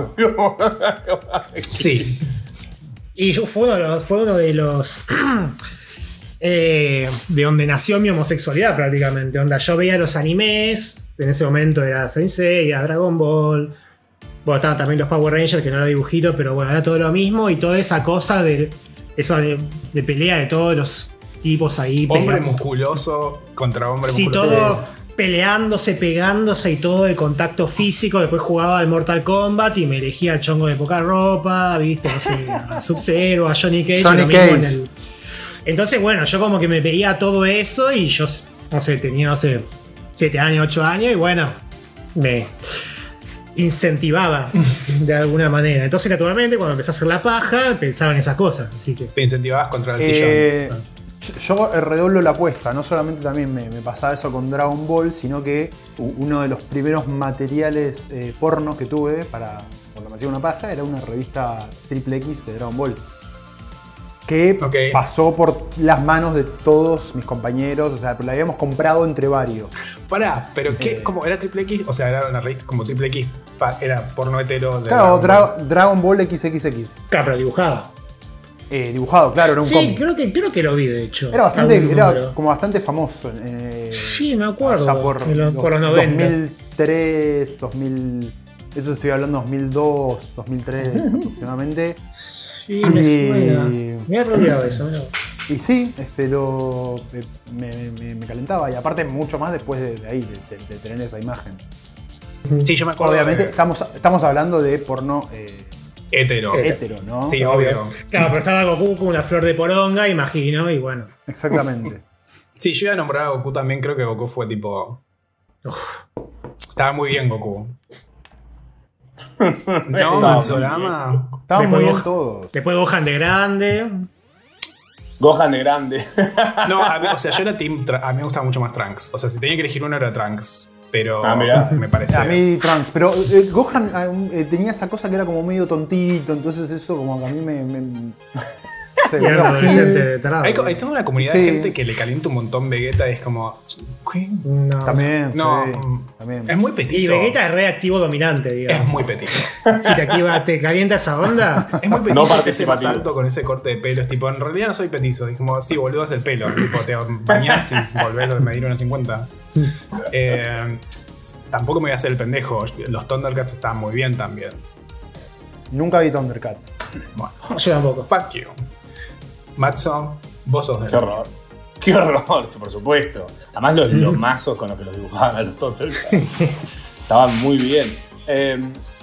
B: Sí. Y yo, fue, uno de los, fue uno de los. eh, de donde nació mi homosexualidad prácticamente. Onda, yo veía los animes. En ese momento era Saint Seiya, Dragon Ball. Bueno, estaban también los Power Rangers, que no era dibujito, pero bueno, era todo lo mismo. Y toda esa cosa de. Eso de, de pelea de todos los tipos ahí.
D: Hombre
B: peleando.
D: musculoso contra hombre
B: Sí,
D: musculoso.
B: todo peleándose, pegándose y todo el contacto físico. Después jugaba al Mortal Kombat y me elegía al chongo de poca ropa, viste, no sé, a Sub-Zero, a Johnny Cage.
A: Johnny
B: lo mismo
A: Cage.
B: en el... Entonces, bueno, yo como que me veía todo eso y yo, no sé, tenía, no sé, siete años, ocho años y bueno, me incentivaba de alguna manera. Entonces, naturalmente, cuando empecé a hacer la paja, pensaba en esas cosas. Así que...
D: Te incentivabas contra el
A: Eh,
D: sillón.
A: yo redoblo la apuesta, no solamente también me, me pasaba eso con Dragon Ball, sino que u- uno de los primeros materiales eh, porno que tuve para cuando me hacía una paja era una revista Triple X de Dragon Ball. Que
D: Ok.
A: pasó por las manos de todos mis compañeros, o sea, la habíamos comprado entre varios.
D: Pará, pero ¿qué?
A: Eh.
D: ¿Cómo? ¿Era Triple X? O sea, era una revista como Triple X. Pa- era porno hetero de
A: Claro,
D: Dragon Ball.
A: Dra- Dragon Ball equis equis equis.
B: Claro, pero dibujada.
A: Eh, dibujado, claro, era un
B: Sí,
A: cómic.
B: creo que, creo que lo vi, de hecho.
A: Era bastante,
B: Algún
A: era
B: número.
A: como bastante famoso. Eh,
B: Sí, me acuerdo,
A: allá por,
B: en los-
A: los-
B: por los noventa.
A: dos mil tres, dos mil. Eso estoy hablando dos mil dos, dos mil tres aproximadamente.
B: Sí, me
A: Y-
B: suena. Me había olvidado eso, mirá.
A: Y sí, este, lo, eh, me, me- me calentaba. Y aparte, mucho más después de, de ahí, de, de- de tener esa imagen.
D: Sí, yo me acuerdo.
A: Obviamente,
D: de-
A: estamos, estamos hablando de porno eh,
D: Hetero.
A: hétero, ¿no?
D: Sí, obvio.
B: Claro, pero estaba Goku con una flor de poronga, imagino, y bueno.
A: Exactamente.
D: Sí, yo iba a nombrar a Goku también. Creo que Goku fue tipo. Estaba muy bien Goku. No, Matsurama.
A: Estaban muy
B: Después
A: bien
B: Gohan-
A: todos.
B: Después Gohan de grande.
C: Gohan de grande.
D: No, a mí- o sea, yo era team. Tra- a mí me gustaba mucho más Trunks. O sea, si tenía que elegir uno era Trunks. Pero
C: Ah, mirá.
D: me parece.
A: A mí trans, pero eh, Gohan eh, tenía esa cosa que era como medio tontito, entonces eso como que a mí me... me no sé,
B: Y era
A: medio
B: un adolescente
A: gil.
B: de tarado.
D: Hay, co- hay toda una comunidad
A: Sí.
D: de gente que le calienta un montón Vegeta y es como. ¿qué?
B: No.
A: También,
D: No,
A: sí,
D: mm,
A: también.
D: Es muy
B: Y
D: petizo.
B: Vegeta es reactivo dominante,
D: Es
B: digamos.
D: muy petizo.
B: Si te activa, te calienta esa onda.
D: Es muy petizo.
C: No
D: ese más
C: participativo.
D: alto con ese corte de pelo. Es tipo, en realidad no soy petizo. Es como, sí, boludo, es el pelo. Tipo, te bañás y volvés a medir unos cincuenta. Eh, tampoco me voy a hacer el pendejo. Los Thundercats estaban muy bien también.
A: Nunca vi Thundercats.
D: Bueno,
B: Yo tampoco.
D: fuck you. Matzo, vos sos de
C: Qué horror. Qué horror, sí, por supuesto. Además los, los mazos con los que los dibujaban a los Thundercats estaban muy bien. Eh,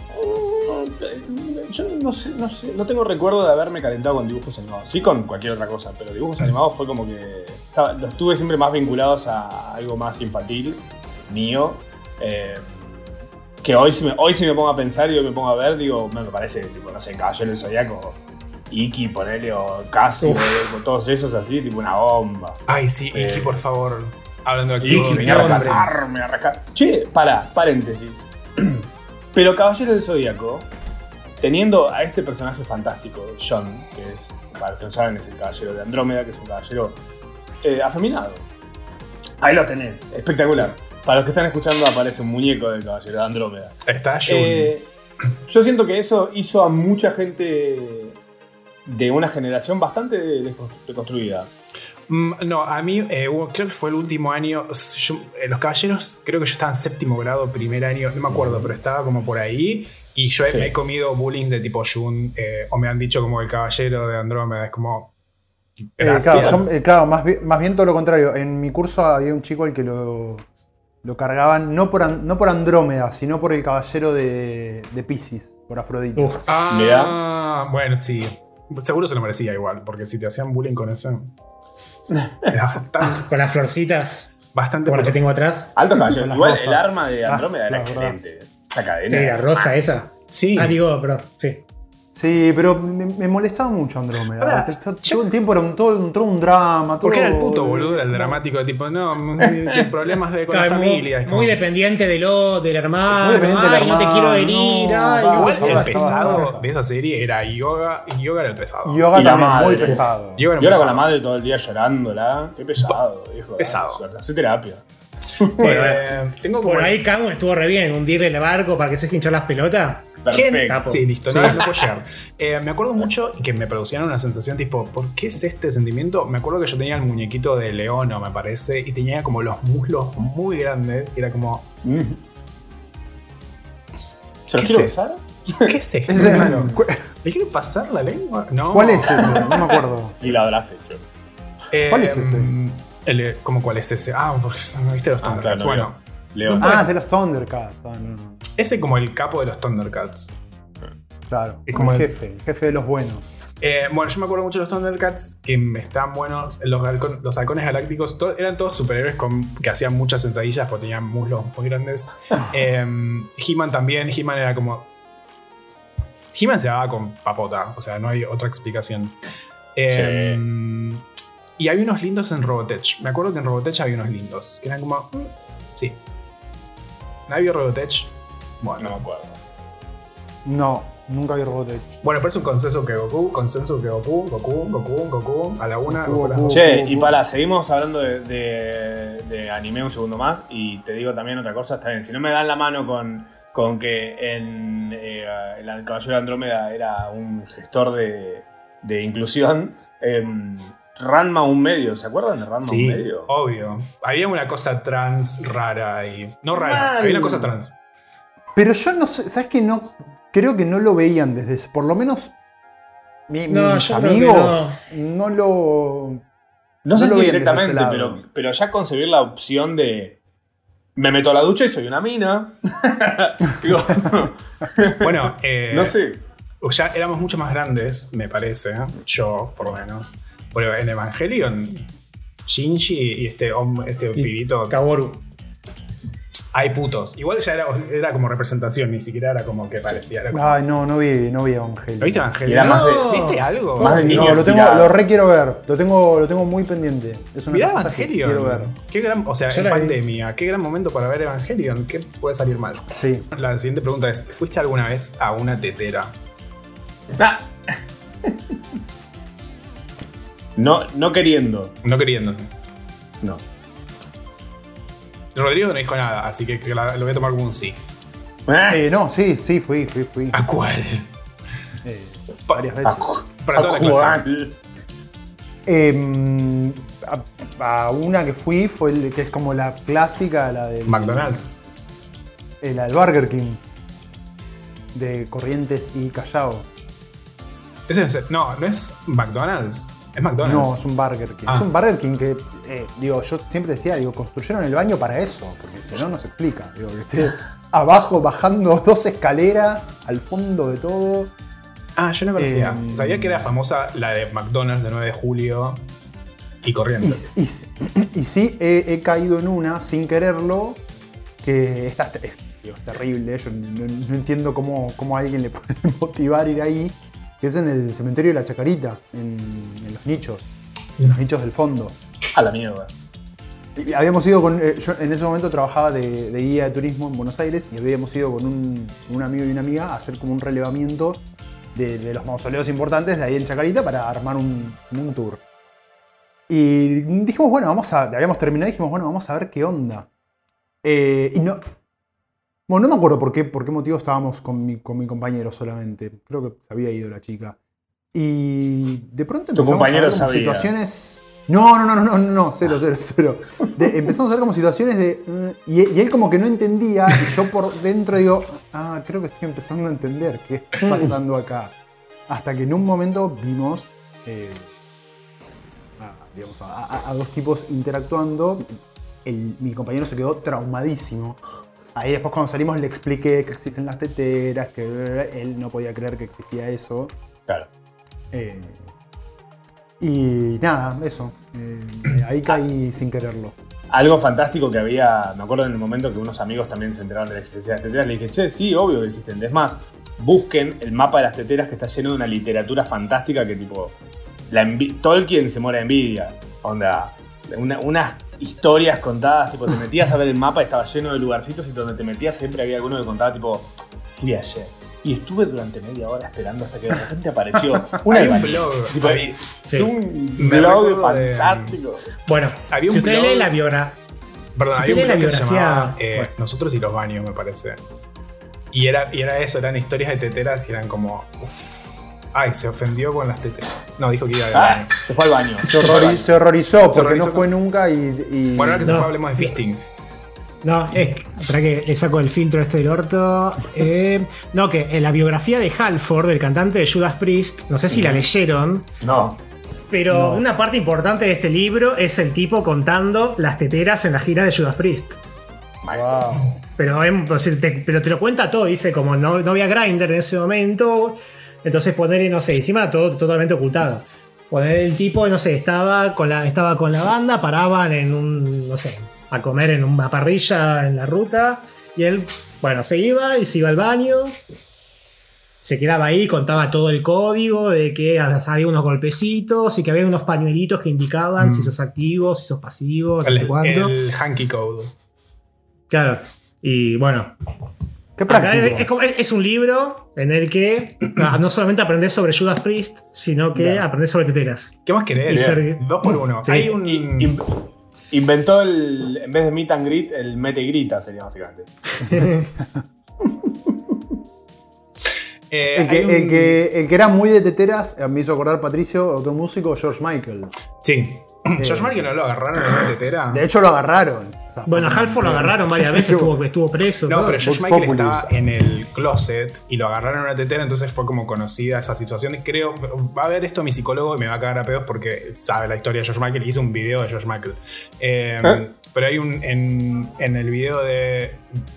C: yo no sé, no sé, no tengo recuerdo de haberme calentado con dibujos animados. Sí con cualquier otra cosa, pero dibujos animados fue como que estaba- los tuve siempre más vinculados a algo más infantil, mío. Eh, que hoy si, me, hoy si me pongo a pensar y hoy me pongo a ver, digo, me, me parece, tipo, no sé, Caballero del Zodíaco, Iki, ponele, o Casio, con todos esos así, tipo una bomba.
D: Ay, sí,
C: Eh.
D: Iki, por favor. Hablando de aquí.
C: Iki, venía a rescatarme, a rescatar. Che, pará, paréntesis. Pero Caballero del Zodíaco, teniendo a este personaje fantástico, John, que es, para los que no saben, es el caballero de Andrómeda, que es un caballero eh, afeminado. Ahí lo tenés, espectacular. Para los que están escuchando aparece un muñeco del caballero de Andrómeda.
D: Está Jun.
C: Eh, yo siento que eso hizo a mucha gente de una generación bastante deconstruida.
D: Mm, no, a mí eh, hubo- creo que fue el último año. yo- eh, los caballeros, creo que yo estaba en séptimo grado, primer año, no me acuerdo, pero estaba como por ahí. Y yo he,
C: Sí.
D: he comido bullying de tipo Jun, eh, o me han dicho como el caballero de Andrómeda. Es como.
A: Eh,
D: Gracias.
A: claro, yo- eh, claro, más, bien, más bien todo lo contrario. En mi curso había un chico al que lo, lo cargaban no por, An- no por Andrómeda, sino por el caballero de, de Pisces, por Afrodita.
B: Uf.
D: Ah,
C: Mirá.
D: bueno, sí. Seguro se lo merecía igual, porque si te hacían bullying con eso. Era bastante.
B: Con las florcitas,
D: bastante
B: como las que tengo atrás.
C: Alto caballero.
A: Con las
C: Igual
A: rosas.
C: el arma de
A: Ah,
C: Andrómeda era
A: la verdad.
C: excelente. Esa
B: ¿Qué
C: cadena.
B: era? ¿Rosa esa?
D: Sí.
B: Ah, digo, perdón. Sí.
A: Sí, pero me, me molestaba mucho Andrómeda.
D: Pará,
A: Todo
D: yo-
A: el tiempo era un, todo, un, todo un drama. Todo,
D: Porque era el puto boludo, era el dramático, de tipo, no, que problemas de, con la
B: Claro, muy-
D: familia. es
B: muy,
D: como-
B: dependiente de lo, del hermano.
A: Muy dependiente del
B: Ay, no te quiero
A: hermano,
B: herir.
A: no,
B: ay,
A: va.
D: Igual
B: todo
D: el
B: esto.
D: pesado de esa serie era Yoga, y Yoga era el pesado.
A: Yoga
C: Y la
A: también, muy
C: madre.
A: pesado.
D: Yoga era
C: Yo
D: un
C: era con la
D: pesado.
C: madre todo el día llorándola. Qué pesado, viejo.
D: Pesado.
C: Suerte, hace terapia.
B: Bueno,
D: Eh, tengo como
B: Por ahí Camus estuvo re bien, hundirle el barco para que se hinchar las pelotas.
C: Perfecto.
B: Capo.
D: Sí, listo, no, no puedo llegar. Eh, me acuerdo mucho que me producían una sensación tipo, ¿por qué es este sentimiento? Me acuerdo que yo tenía el muñequito de Leono, me parece, y tenía como los muslos muy grandes, y era como,
C: Mm. ¿Se lo
D: ¿Qué
C: quiero
D: es
C: besar?
D: ¿qué es esto,
A: Ese-
D: hermano?
A: cu-
D: ¿Le quiero pasar la lengua? No.
A: ¿Cuál es ese? No me acuerdo.
C: Sí, la habrás hecho.
D: Eh,
A: ¿Cuál es ese?
D: el- ¿Cómo cuál es ese? Ah, porque no viste los
C: Ah,
D: Thundercats.
C: claro, no
D: Bueno,
C: León.
A: Ah, de los Thundercats. Ah, no, no.
D: Ese como el capo de los Thundercats.
A: Claro,
D: Es
A: como
D: como
A: el
D: el-
A: jefe, el jefe de los buenos.
D: Eh, bueno, yo me acuerdo mucho de los Thundercats, que están buenos. Los, halcon- los halcones galácticos to- eran todos superhéroes con, que hacían muchas sentadillas porque tenían muslos muy grandes. Eh, He-Man también. He-Man era como. He-Man se daba con papota, o sea, no hay otra explicación. Eh, Y había unos lindos en Robotech. Me acuerdo que en Robotech había unos lindos, que eran como. mm, Sí. ¿Nadie vio Robotech? Bueno,
C: No me acuerdo.
A: No, nunca vi Robotech.
D: Bueno, pero es un consenso que Goku, consenso que Goku, Goku, Goku, Goku, a la una,
A: Goku,
D: Goku a las
A: Goku.
D: dos.
C: Che, y para, seguimos hablando de, de, de anime un segundo más. Y te digo también otra cosa, está bien. Si no me dan la mano con, con que en eh, el Caballero de Andrómeda era un gestor de, de inclusión, eh, Ranma un medio, ¿se acuerdan de Ranma
D: Sí,
C: un medio?
D: obvio. Había una cosa trans rara y. No rara,
C: Mal.
D: había una cosa trans.
A: Pero yo no sé, ¿sabes qué? No, creo que no lo veían desde ese, por lo menos mi-
B: No,
A: mis
B: yo creo que
A: amigos no. lo...
C: No sé
A: No lo
C: si
A: veían desde
C: directamente,
A: ese lado.
C: pero, pero ya concebir la opción de. Me meto a la ducha y soy una mina. Digo,
D: Bueno, eh,
C: no sé.
D: ya éramos mucho más grandes, me parece. ¿eh? Yo, por lo menos. Pero en Evangelion, Shinji y este, hom- este
B: Y
D: pibito.
B: Kaworu.
D: Hay putos. Igual ya era, era como representación, ni siquiera era como que parecía. Era como-
A: Ay, no, no vi, no vi Evangelion.
D: ¿Lo viste Evangelion?
C: Era más de-
D: ¿Viste algo?
C: más de
A: No,
C: niños
A: lo, tengo,
C: tirados.
A: lo re quiero ver. Lo tengo, lo tengo muy pendiente. Es una
D: Mirá
A: de esas cosas que
D: Evangelion.
A: quiero ver.
D: Qué gran, o sea,
B: Yo
D: en
B: la vi.
D: pandemia, qué gran momento para ver Evangelion. ¿Qué puede salir mal?
A: Sí.
D: La siguiente pregunta es: ¿fuiste alguna vez a una tetera?
C: Ah. No, no queriendo.
D: No queriendo.
C: No.
D: Rodrigo no dijo nada, así que que la- lo voy a tomar como un sí.
A: Eh, no, sí, sí, fui, fui, fui.
D: ¿A cuál?
A: Eh,
D: Pa-
A: varias veces.
D: Para toda la clase.
C: Acual.
A: Eh, a, a una que fui fue el, que es como la clásica, la del
D: McDonald's.
A: eh, la del Burger King. De Corrientes y Callao.
D: ¿Es en serio? No, no es McDonald's. Es
A: No,
D: McDonald's.
A: es un Burger King.
D: Ah.
A: Es un Burger King que, eh, digo, yo siempre decía, digo, construyeron el baño para eso, porque si no, no se explica. Digo, que esté abajo bajando dos escaleras, al fondo de todo.
D: Ah, yo no conocía.
A: Eh,
D: Sabía que era famosa la de McDonald's de nueve de julio y
A: Y,
D: Corrientes.
A: y, y sí, he, he caído en una, sin quererlo, que esta es, es- digo, es terrible. Yo no, no entiendo cómo, cómo a alguien le puede motivar ir ahí, que es en el cementerio de la Chacarita, en, en los nichos, en los nichos del fondo.
C: A la mierda.
A: Y habíamos ido con. eh, yo en ese momento trabajaba de, de guía de turismo en Buenos Aires y habíamos ido con un, un amigo y una amiga a hacer como un relevamiento de, de los mausoleos importantes de ahí en Chacarita para armar un, un tour. Y dijimos, bueno, vamos a. Habíamos terminado y dijimos, bueno, vamos a ver qué onda. Eh, y no. Bueno, no me acuerdo por qué, por qué motivo estábamos con mi, con mi compañero solamente. Creo que se había ido la chica. Y de pronto
C: Tu
A: empezamos
C: compañero
A: a ver como
C: sabía.
A: situaciones. No, no, no, no, no, no, no, cero, cero, cero. De- empezamos a ver como situaciones de. eh, y, y él como que no entendía. Y yo por dentro digo, ah, creo que estoy empezando a entender qué está pasando acá. Hasta que en un momento vimos. eh, a, digamos, a, a- a dos tipos interactuando. El- mi compañero se quedó traumadísimo. Ahí después cuando salimos le expliqué que existen las teteras, que él no podía creer que existía eso.
C: Claro.
A: Eh, y nada, eso. Eh, eh, ahí caí sin quererlo.
C: Algo fantástico que había, me acuerdo en el momento que unos amigos también se enteraron de la existencia de las teteras, le dije, che, sí, obvio que existen. Es más, busquen el mapa de las teteras que está lleno de una literatura fantástica que tipo, la envi- Tolkien se muere de envidia. Onda, una- unas historias contadas, tipo, te metías a ver el mapa y estaba lleno de lugarcitos y donde te metías siempre había alguno que contaba tipo, fui ayer. Y estuve durante media hora esperando hasta que de repente apareció un
D: Hay un
C: albañil.
D: blog.
C: Tipo,
D: Hay-
B: Sí.
C: un
D: Me
C: blog
D: recuerdo de-
C: fantástico.
B: Bueno,
D: Había
B: si
D: un
B: ustedes
D: blog-
B: leen la biografía.
D: Perdón,
B: Si
D: había un
B: tiene
D: blog
B: la
D: que se
B: biografía-
D: llamaba eh,
B: bueno.
D: Nosotros y los baños, me parece. Y era, y era eso, eran historias de teteras y eran como. Uff. Ay, se ofendió con las teteras. No, dijo que iba al
C: Ah,
D: baño.
C: se fue al baño.
A: Se, horrori- se horrorizó porque
D: horrorizó
A: no fue nunca y. y-
D: Bueno, ahora que se
B: No.
D: fue, hablemos de fisting.
B: No, es. Espera que le saco el filtro este del orto. Eh, no, que en la biografía de Halford, el cantante de Judas Priest, no sé si la leyeron,
C: No.
B: pero
A: No.
B: una parte importante de este libro es el tipo contando las teteras en la gira de Judas Priest.
A: Wow.
B: Pero, em, o sea, te, pero te lo cuenta todo, dice como no, no había Grindr en ese momento, entonces ponerle, no sé, encima todo totalmente ocultado. Poner el tipo, no sé, estaba con la, estaba con la banda, paraban en un, no sé, a comer en una parrilla en la ruta, y él, bueno, se iba y se iba al baño, se quedaba ahí, contaba todo el código de que había unos golpecitos y que había unos pañuelitos que indicaban mm. si sos activo, si sos pasivo, no
D: el,
B: sé cuánto.
D: El hanky code.
B: Claro, y bueno.
A: Qué práctico.
B: Es, es, es un libro en el que no, no solamente aprendes sobre Judas Priest, sino que no. aprendes sobre teteras.
D: ¿Qué más querés? Ser, Dos por uno.
C: Sí. Hay un... In, inventó el, en vez de meet and greet, el mete y grita sería básicamente.
A: eh, el, que, un... el, que, el que era muy de teteras, me hizo acordar Patricio, otro músico, George Michael.
D: Sí. Eh, ¿George Michael no lo agarraron en una tetera?
A: De hecho lo agarraron. O sea,
B: bueno, a Halford lo agarraron varias veces, estuvo, estuvo preso.
D: No,
B: todo.
D: pero George Michael estaba en el closet y lo agarraron en una tetera, entonces fue como conocida esa situación. Y creo, va a ver esto mi psicólogo y me va a cagar a pedos porque sabe la historia de George Michael y hizo un video de George Michael. Eh, ¿Eh? Pero hay un, en, en el video de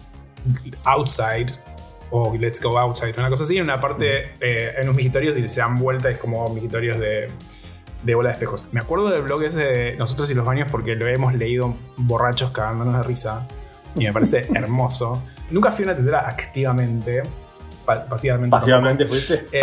D: Outside, o Let's Go Outside, una cosa así, en una parte, eh, en unos migitorios y se dan vueltas, es como migitorios de... de bola de espejos. Me acuerdo del blog ese de Nosotros y los Baños porque lo hemos leído borrachos cagándonos de risa y me parece hermoso. Nunca fui a una tetera activamente, pa pasivamente.
C: Pasivamente fuiste.
D: Eh,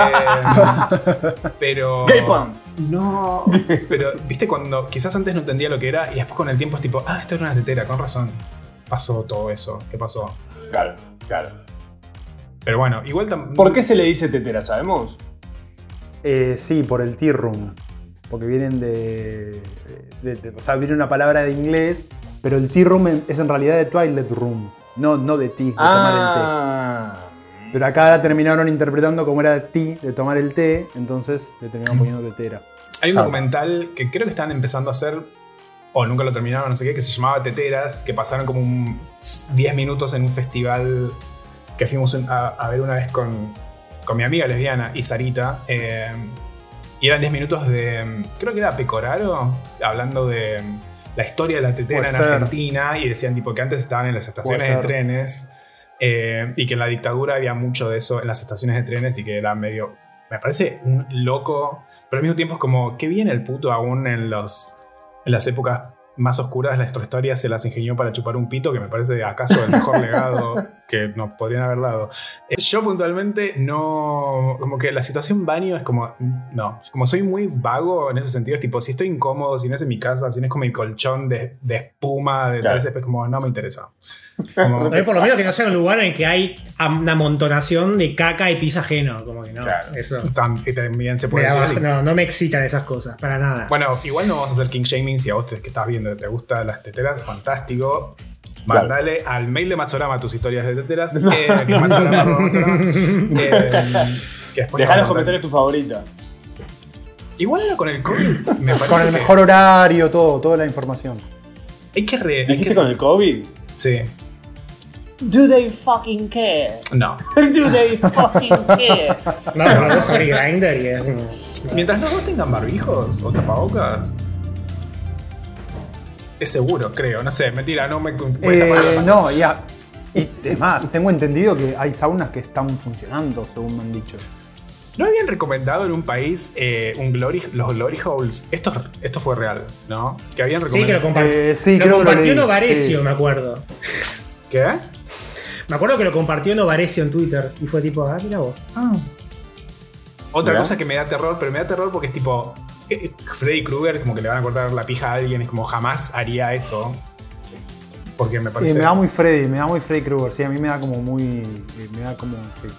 D: pero.
C: Gay pumps.
D: No. Pero, viste, cuando quizás antes no entendía lo que era y después con el tiempo es tipo, ah, esto era una tetera, con razón. Pasó todo eso. ¿Qué pasó?
C: Claro, claro.
D: Pero bueno, igual también.
C: ¿Por qué se le dice tetera, sabemos?
A: Eh, sí, por el tea room. Porque vienen de, de, de... O sea, viene una palabra de inglés, pero el tea room es en realidad de toilet room, no, no de tea, de
C: ah.
A: tomar el té. Pero acá la terminaron interpretando como era de tea, de tomar el té, entonces le terminaron poniendo tetera.
D: Hay un documental que creo que están empezando a hacer, o nunca lo terminaron, no sé qué, que se llamaba Teteras, que pasaron como un diez minutos en un festival que fuimos a, a ver una vez con, con mi amiga lesbiana y Sarita. Eh, Y eran diez minutos de, creo que era Pecoraro, hablando de la historia de la tetera en Argentina. Y decían tipo que antes estaban en las estaciones de trenes eh, y que en la dictadura había mucho de eso en las estaciones de trenes y que era medio, me parece un loco, pero al mismo tiempo es como, qué bien el puto aún en, los, en las épocas más oscuras de nuestra historia se las ingenió para chupar un pito, que me parece acaso el mejor legado que nos podrían haber dado. Eh, yo puntualmente no... Como que la situación baño es como... No, como soy muy vago en ese sentido, es tipo, si estoy incómodo, si no es en mi casa, si no es como mi colchón de, de espuma, de
C: claro.
D: tres espes, como no me interesa. Como,
B: por lo menos que no sea un lugar en el que hay una amontonación de caca y pis ajeno. Como que no,
C: claro.
B: eso...
D: También se puede decir así.
B: No, no me excitan esas cosas, para nada.
D: Bueno, igual no vamos a hacer king shaming si a vos te, que estás viendo te gustan las teteras, fantástico. Mandale claro. al mail de Matsorama tus historias de teteras. Eh, que es Matsorama, Matsorama. Eh,
C: Dejá los comentarios tu favorita.
D: Igual ahora con el COVID, me parece.
A: Con el
D: que
A: mejor horario, todo, toda la información.
D: Hay que re.
C: ¿Dijiste
D: hay que...
C: con el COVID?
D: Sí.
E: Do they fucking care?
D: No.
E: Do they fucking care?
B: No, pero vos abrí Grindr y es.
D: Mientras no tengan barbijos o tapabocas. Es seguro, creo. No sé, mentira, no me
A: eh, No, ya. Y además, tengo entendido que hay saunas que están funcionando, según me han dicho.
D: ¿No habían recomendado en un país eh, un glory, los glory holes? Esto, esto fue real, ¿no? Que habían recomendado.
B: Sí, que lo, compart
A: eh, sí,
B: lo
A: creo
B: compartió
A: que lo leí,
B: Novarecio,
A: sí.
B: me acuerdo.
D: ¿Qué?
B: Me acuerdo que lo compartió Novarecio en Twitter y fue tipo, ah, mira vos. Ah.
D: Otra
C: ¿Ya?
D: cosa que me da terror, pero me da terror porque es tipo... Eh, Freddy Krueger, como que le van a cortar la pija a alguien, es como jamás haría eso. Porque me parece...
A: Eh, me da muy Freddy, me da muy Freddy Krueger, sí, a mí me da como muy... Me da como... Sí.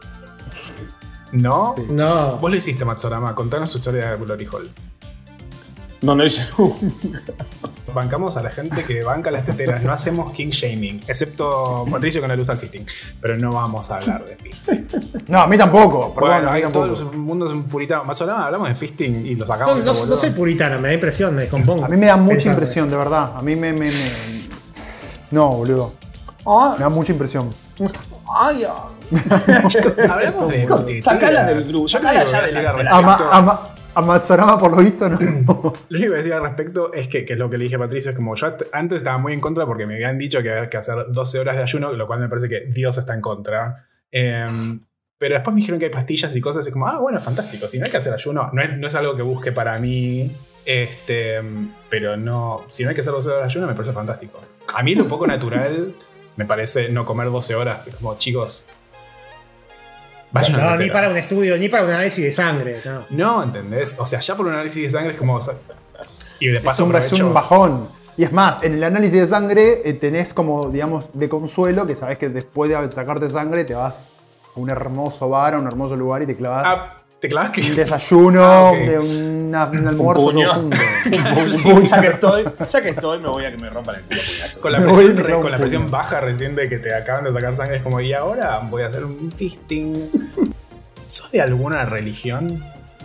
D: ¿No?
A: Sí.
B: No.
D: Vos lo hiciste, Matsorama, contanos tu historia de Glory Hole.
C: No, no hice
D: Bancamos a la gente que banca las teteras, no hacemos king shaming, excepto Patricio que no le gusta el fisting, pero no vamos a hablar de fisting.
A: No, a mí tampoco, perdón,
D: Bueno,
A: a mí
D: hay todo
A: tampoco.
D: el mundo es un puritano. Más o menos hablamos de fisting y lo sacamos.
B: No, no, no soy puritano, me da impresión, me descompongo.
A: A mí me da mucha
B: Pensando.
A: impresión, de verdad. A mí me... me, me... No, boludo.
E: Ah,
A: Me da mucha impresión.
E: ay, ah.
D: Hablamos de teteras.
C: Sacala del grupo,
D: Yo
C: sacala
D: creo que
C: ya
D: voy a
C: de
D: sacar
C: la-
D: respecto-
A: Ama, ama, A Matsurama, por lo visto, no.
D: Lo único que decía al respecto es que, que es lo que le dije a Patricio, es como yo antes estaba muy en contra porque me habían dicho que había que hacer doce horas de ayuno, lo cual me parece que Dios está en contra. Eh, pero después me dijeron que hay pastillas y cosas, y como, ah, bueno, fantástico, si no hay que hacer ayuno, no es, no es algo que busque para mí, este, pero no, si no hay que hacer doce horas de ayuno, me parece fantástico. A mí lo poco natural me parece no comer doce horas, es como, chicos...
B: Vayan no, ni para un estudio, ni para un análisis de sangre. No,
D: no ¿entendés? O sea, ya por un análisis de sangre es como... O sea, y de paso
A: es un, es un bajón. Y es más, en el análisis de sangre eh, tenés como, digamos, de consuelo que sabés que después de sacarte sangre te vas a un hermoso bar, a un hermoso lugar y te clavas...
D: Ah, ¿te clavas qué?
A: Un desayuno, ah, okay. de una, un almuerzo
C: un puño. Un puño. Ya que estoy, ya que estoy, me voy a que me rompan el culo.
D: Con la presión, re, con la presión baja recién de que te acaban de sacar sangre, es como, y ahora voy a hacer un fisting. ¿Sos de alguna religión?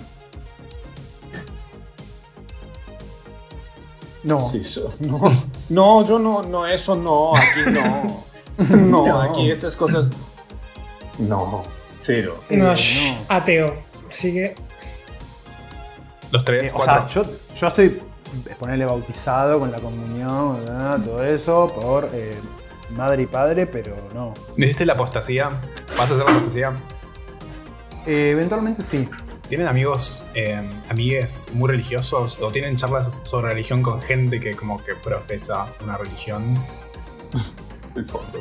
C: No. Sí, so, no. No, yo no, no, eso no, aquí no. No, no. Aquí esas cosas. No, cero.
B: No, eh, no. Ateo. Así que.
D: Los tres,
A: eh,
D: cuatro.
A: O sea, yo, yo estoy, ponerle bautizado con la comunión, ¿verdad? Todo eso, por eh, madre y padre, pero no.
D: ¿Hiciste la apostasía? ¿Vas a hacer la apostasía?
A: Eh, eventualmente sí.
D: ¿Tienen amigos, eh, amigues muy religiosos? ¿O tienen charlas sobre religión con gente que como que profesa una religión?
C: El fondo,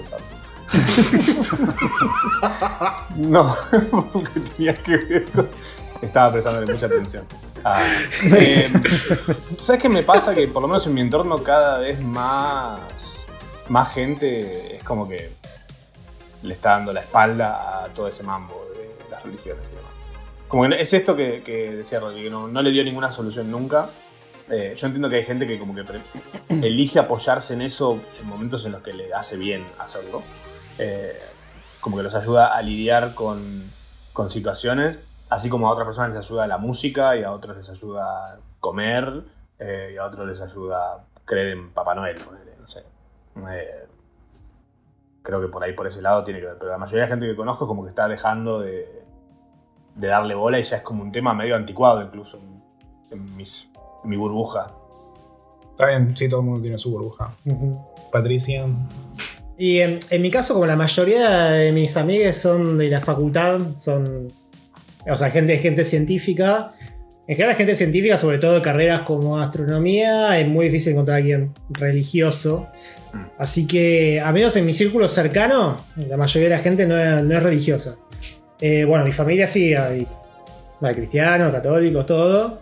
C: no, porque tenía que ver con... Estaba prestándole mucha atención. Ah, eh, ¿Sabes qué me pasa? Que por lo menos en mi entorno cada vez más, más gente es como que le está dando la espalda a todo ese mambo de las religiones y demás. Como que es esto que, que decía Rodri, que no, no le dio ninguna solución nunca. Eh, yo entiendo que hay gente que como que pre- elige apoyarse en eso en momentos en los que le hace bien hacerlo. Eh, como que los ayuda a lidiar con, con situaciones, así como a otras personas les ayuda la música, y a otros les ayuda a comer, eh, y a otros les ayuda a creer en Papá Noel, no sé. Eh, creo que por ahí, por ese lado tiene que ver, pero la mayoría de la gente que conozco como que está dejando de, de darle bola, y ya es como un tema medio anticuado incluso en, en, mis, en mi burbuja.
D: Está bien, sí, todo el mundo tiene su burbuja. Uh-huh. Patricia...
B: Y en, en mi caso, como la mayoría de mis amigues son de la facultad, son, o sea, gente, gente científica. En general, gente científica, sobre todo de carreras como astronomía, es muy difícil encontrar a alguien religioso. Así que, a menos en mi círculo cercano, la mayoría de la gente no es, no es religiosa. Eh, bueno, mi familia sí, hay, hay cristianos, católicos, todo.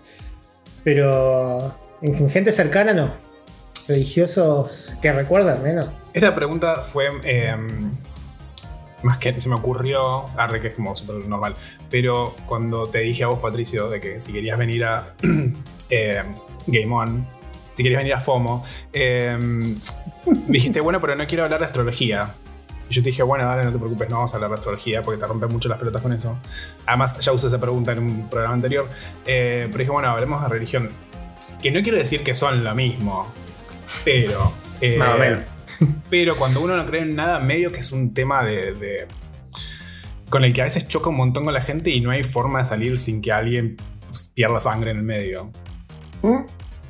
B: Pero en, en gente cercana no. Religiosos que recuerdan, menos.
D: Esta pregunta fue eh, más que se me ocurrió, arre que es como súper normal, pero cuando te dije a vos, Patricio, de que si querías venir a eh, Game On, si querías venir a FOMO, eh, dijiste, bueno, pero no quiero hablar de astrología. Y yo te dije, bueno, dale, no te preocupes, no vamos a hablar de astrología porque te rompen mucho las pelotas con eso. Además, ya usé esa pregunta en un programa anterior, eh, pero dije, bueno, hablemos de religión. Que no quiero decir que son lo mismo, pero... Eh,
C: no, bueno.
D: Pero cuando uno no cree en nada, medio que es un tema de, de con el que a veces choca un montón con la gente y no hay forma de salir sin que alguien pues, pierda sangre en el medio. ¿Mm?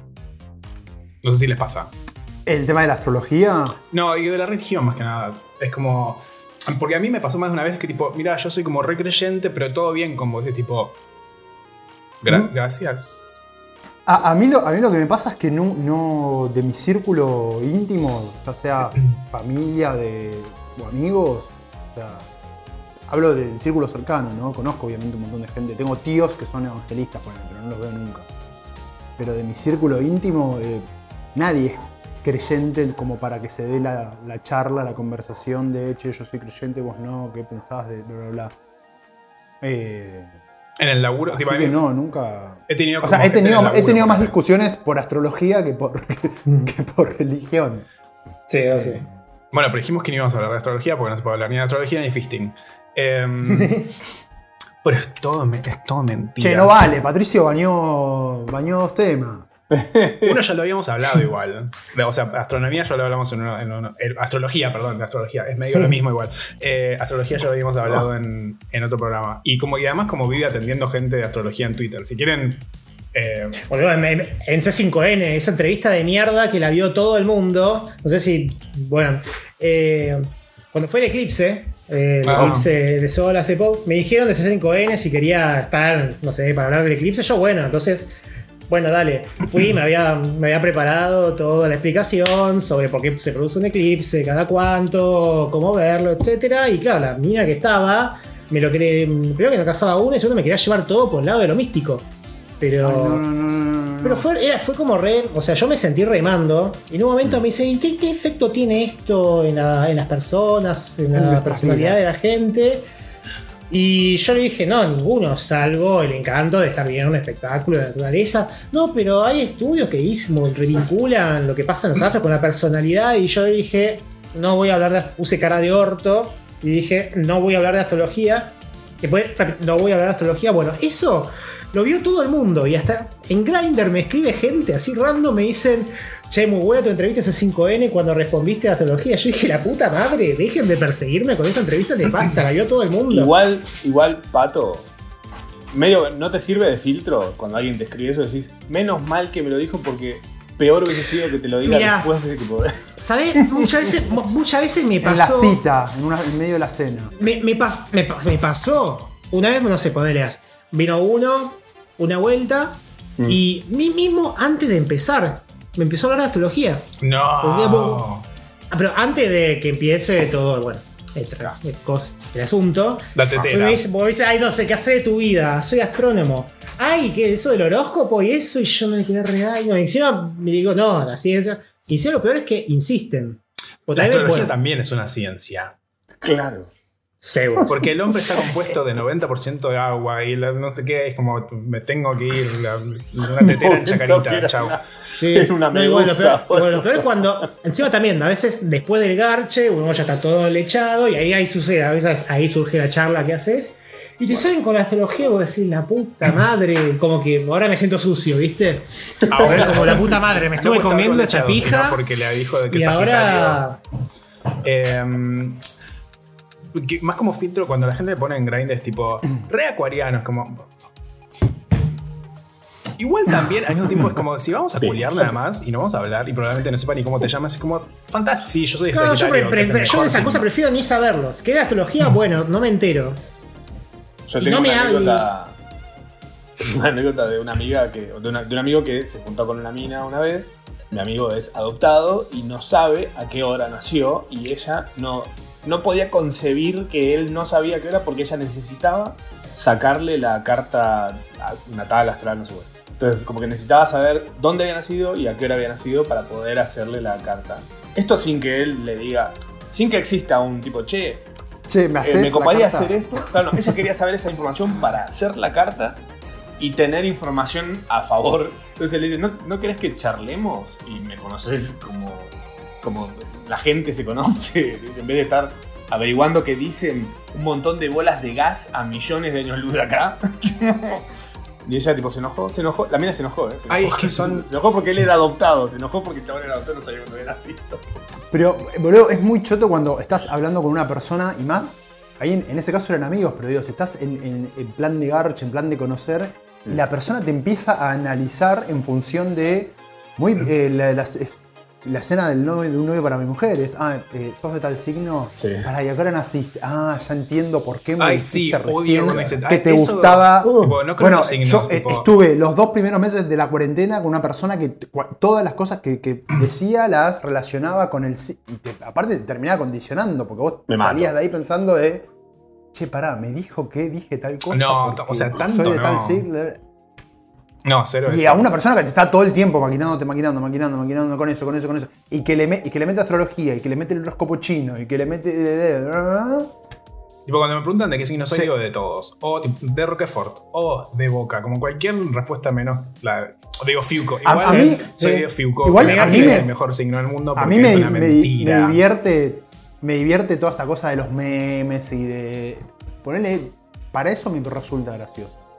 D: No sé si les pasa.
A: ¿El tema de la astrología?
D: No, y de la religión más que nada. Es como... Porque a mí me pasó más de una vez que tipo, mira, yo soy como re creyente, pero todo bien con vos. Es tipo... Gra- ¿Mm? Gracias.
A: A, a, mí lo, a mí lo que me pasa es que no, no de mi círculo íntimo, ya sea familia de, o amigos, o sea, hablo del círculo cercano, ¿no? Conozco obviamente un montón de gente. Tengo tíos que son evangelistas, bueno, pero no los veo nunca. Pero de mi círculo íntimo, eh, nadie es creyente como para que se dé la, la charla, la conversación de, che, yo soy creyente, vos no, ¿qué pensás de bla, bla, bla? Eh...
D: En el laburo,
A: así
D: tipo,
A: que no, nunca.
D: He tenido,
A: o sea, he tenido, laburo, he tenido más
D: por
A: discusiones por astrología que por, que por religión.
B: Sí, o sí.
D: Bueno, pero dijimos que no íbamos a hablar de astrología porque no se puede hablar ni de astrología ni de fisting. Eh, pero es todo, es todo mentira.
A: Che, no vale, Patricio bañó, bañó dos temas.
D: Uno ya lo habíamos hablado igual. O sea, astronomía ya lo hablamos en uno. En uno eh, astrología, perdón, de astrología. Es medio lo mismo igual. Eh, astrología ya lo habíamos hablado en, en otro programa. Y como y además, como vive atendiendo gente de astrología en Twitter. Si quieren. Eh,
B: Boludo, en, en C cinco N, esa entrevista de mierda que la vio todo el mundo. No sé si. Bueno. Eh, cuando fue el eclipse. Eh, el
D: Ah.
B: eclipse de Sol hace poco. Me dijeron de C cinco N si quería estar, no sé, para hablar del eclipse. Yo, bueno, entonces. Bueno, dale. Fui, me había, me había preparado toda la explicación sobre por qué se produce un eclipse, cada cuánto, cómo verlo, etcétera. Y claro, la mina que estaba, me lo quería. Primero que no casaba una y segundo me quería llevar todo por el lado de lo místico. Pero.
A: Ay, no, no, no, no, no.
B: Pero fue, era, fue como re. O sea, yo me sentí remando. Y en un momento me dice: ¿y qué, qué efecto tiene esto en, la- en las personas, en
A: En
B: la
A: nuestras
B: personalidad de la
A: vidas?
B: gente? Y yo le dije: no, ninguno, salvo el encanto de estar viendo un espectáculo de naturaleza. No, pero hay estudios que dicen, revinculan lo que pasa en los astros con la personalidad. Y yo le dije: no voy a hablar de. Puse cara de orto. Y dije: no voy a hablar de astrología. Después, no voy a hablar de astrología. Bueno, eso lo vio todo el mundo. Y hasta en Grindr me escribe gente así random. Me dicen: che, muy buena tu entrevista C cinco N cuando respondiste a astrología. Yo dije: la puta madre, dejen de perseguirme con esa entrevista de pasta. La vio todo el mundo.
C: Igual, igual, Pato, medio no te sirve de filtro cuando alguien te escribe eso, decís, menos mal que me lo dijo porque peor hubiese sido que te lo diga
B: Mirá.
C: después de tipo.
B: ¿Sabés? Muchas veces, mu- muchas veces me
A: En la
B: pasó.
A: cita, en, una- en medio de la cena.
B: Me, me, pas- me pa- me pasó. Una vez, no sé, ponele. Vino uno, una vuelta.
C: Mm.
B: Y mí mismo, antes de empezar, me empezó a hablar de astrología. Porque,
D: no.
B: Ah, pero antes de que empiece todo, bueno, el, tra- el cos- el asunto.
D: La tetera.
B: Me dice, porque me dice: ay, no sé qué hacer de tu vida, soy astrónomo. Ay, ¿qué eso del horóscopo y eso? Y yo me quedé re. Ay, no. Y encima me digo: no, la ciencia. Y encima lo peor es que insisten. O
D: La
B: tal vez,
D: astrología
B: bueno,
D: también es una ciencia.
C: Claro.
B: seguro.
D: Porque el hombre está compuesto de noventa por ciento de agua y la- no sé qué, es como me tengo que ir, la, una tetera en Chacarita, chau.
B: Sí,
C: Era una
B: no, y bueno, lo
C: medusa,
B: peor, bueno, lo peor es cuando. Encima también, a veces después del garche, uno ya está todo lechado y ahí, ahí sucede, a veces ahí surge la charla que haces. Y te salen con la astrología y vos decís: la puta madre, como que ahora me siento sucio, ¿viste? Ahora como la puta madre, me
D: No
B: estuve
D: por estar
B: comiendo
D: lechado,
B: esta
D: sino
B: pija.
D: porque le dijo de que
B: Y
D: Sagitario.
B: ahora.
D: Eh, que- más como filtro cuando la gente le pone en Grindr es tipo re acuariano, es como. Igual también al mismo tiempo es como si vamos a culiar nada más y no vamos a hablar y probablemente no sepa ni cómo te llamas, es como fantástico. Sí, yo soy de
B: No, yo,
D: Sagitario,
B: pre-
D: que es el
B: pre- yo
D: mejor
B: de esa
D: signo.
B: cosa prefiero ni saberlos. Que de astrología, bueno, no me entero.
C: Yo
B: Y
C: tengo
B: no me
C: una
B: hable.
C: anécdota. Una anécdota de una amiga que. De, una- de un amigo que se juntó con una mina una vez. Mi amigo es adoptado y no sabe a qué hora nació. Y ella no, no podía concebir que él no sabía qué hora porque ella necesitaba sacarle la carta natal, astral, no sé cuál. Entonces, como que necesitaba saber dónde había nacido y a qué hora había nacido para poder hacerle la carta. Esto sin que él le diga, sin que exista un tipo, che,
A: Che, ¿me
C: eh,
A: haces
C: me
A: la
C: coparía
A: carta?
C: hacer esto. Claro, no, ella quería saber esa información para hacer la carta y tener información a favor. Entonces le dice, ¿no, ¿no querés que charlemos? Y me conoces como, como la gente se conoce, en vez de estar averiguando que dicen un montón de bolas de gas a millones de años luz de acá. Y ella tipo se enojó, se enojó, la mina se enojó, ¿eh? Se enojó.
D: Ay, es que son-
C: Se enojó porque él era adoptado, se enojó porque el chabón era adoptado y no sabía cuándo había nacido.
A: Pero, boludo, es muy choto cuando estás hablando con una persona y más. Ahí en, en ese caso eran amigos, pero digo, si estás en, en- en plan de garch, en plan de conocer, y la persona te empieza a analizar en función de. Muy. eh, la, la- la escena del novio, de un novio para mi mujer es. Ah, eh, sos de tal signo.
C: Sí.
A: Para, y acá ahora naciste. Ah, ya entiendo por qué me
D: Ay,
A: dijiste
D: sí, odio
A: recién
D: cuando dicen,
A: que
D: "Ay,
A: te
D: eso-
A: gustaba.
D: Tipo, no creo
A: Bueno,
D: en los signos,
A: yo eh,
D: tipo-
A: estuve los dos primeros meses de la cuarentena con una persona que t- cua- todas las cosas que, que decía las relacionaba con el si- y te- aparte te terminaba condicionando porque vos
C: Me mato.
A: salías de ahí pensando de che, pará, me dijo que dije tal cosa.
D: No,
A: porque
D: o sea, tanto
A: soy de
D: no.
A: tal siglo.
D: No, cero
A: Y
D: eso.
A: a una persona que te está todo el tiempo maquinándote, maquinando, maquinando, maquinando con eso, con eso, con eso. Y que le, me- y que le mete astrología, y que le mete el horóscopo chino, y que le mete.
D: Tipo, cuando me preguntan de qué signo soy,
A: Sí.
D: digo de todos. O tipo, de Roquefort. O de Boca. Como cualquier respuesta menos. La, o digo Fiuco.
A: A-
D: Igual
A: a mí-
D: soy
A: sí.
D: de Fiuco.
A: Igual
D: que
A: a
D: es
A: mí me-
D: el mejor signo del mundo.
A: A
D: Porque
A: mí me,
D: es una
A: me-
D: mentira.
A: me divierte. Me divierte toda esta cosa de los memes y de. Ponerle. Para eso me resulta gracioso.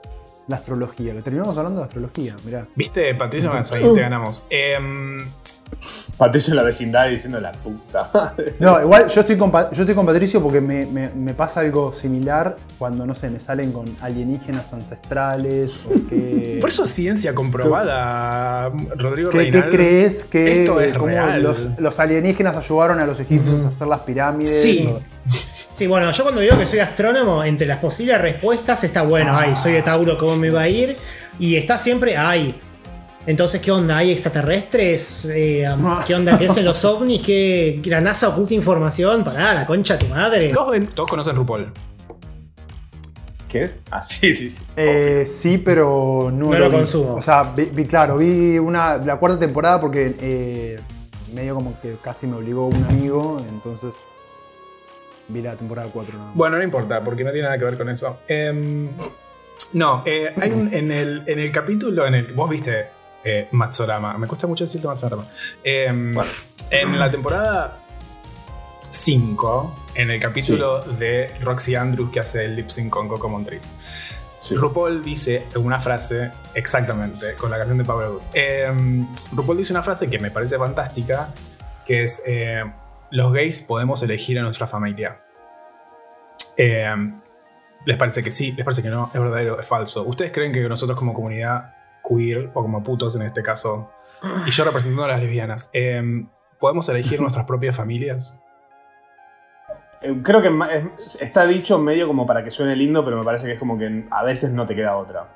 A: la astrología, que terminamos hablando de astrología, mirá.
D: ¿Viste, Patricio? Ahí te ganamos. Eh,
C: Patricio en la vecindad diciendo la puta madre.
A: No, igual yo estoy con, Pa- yo estoy con Patricio porque me, me- me pasa algo similar cuando, no sé, me salen con alienígenas ancestrales o que...
D: por eso ciencia comprobada, Rodrigo
A: ¿Qué,
D: Reinal.
A: ¿Qué crees que
D: Esto es
A: cómo
D: real.
A: los, los alienígenas ayudaron a los egipcios a hacer las pirámides?
B: Sí.
A: O-
B: Sí, bueno, yo cuando digo que soy astrónomo, entre las posibles respuestas está, bueno, ay, soy de Tauro, ¿cómo me va a ir? Y está siempre, ay. Entonces, ¿qué onda? ¿Hay extraterrestres? Eh, ¿Qué onda? ¿Qué hacen los ovnis? ¿Qué la NASA oculta información? Pará, la concha de tu madre.
D: Todos, ven- todos conocen RuPaul.
C: ¿Qué es? Ah, sí, sí, sí.
A: Eh, sí, pero no,
B: No lo
A: vi.
B: consumo.
A: O sea, vi, vi- claro, vi una, la cuarta temporada porque eh, medio como que casi me obligó un amigo, entonces vi la temporada cuatro. ¿No?
D: Bueno, no importa, porque no tiene nada que ver con eso. Em, no, eh, hay un, en, el, en el capítulo, en el, vos viste eh, Matsurama, me cuesta mucho decirte Matsurama. Em,
C: Bueno.
D: En la temporada cinco, en el capítulo de Roxy Andrews que hace el lip sync con Coco Montrese,
C: Sí.
D: RuPaul dice una frase exactamente con la canción de Power Good. Em, RuPaul dice una frase que me parece fantástica, que es eh, los gays podemos elegir a nuestra familia. Eh, ¿Les parece que sí? ¿Les parece que no? ¿Es verdadero? ¿Es falso? ¿Ustedes creen que nosotros como comunidad queer, o como putos en este caso, y yo representando a las lesbianas, eh, podemos elegir nuestras propias familias?
C: Eh, Creo que ma- es- está dicho medio como para que suene lindo, pero me parece que es como que a veces no te queda otra.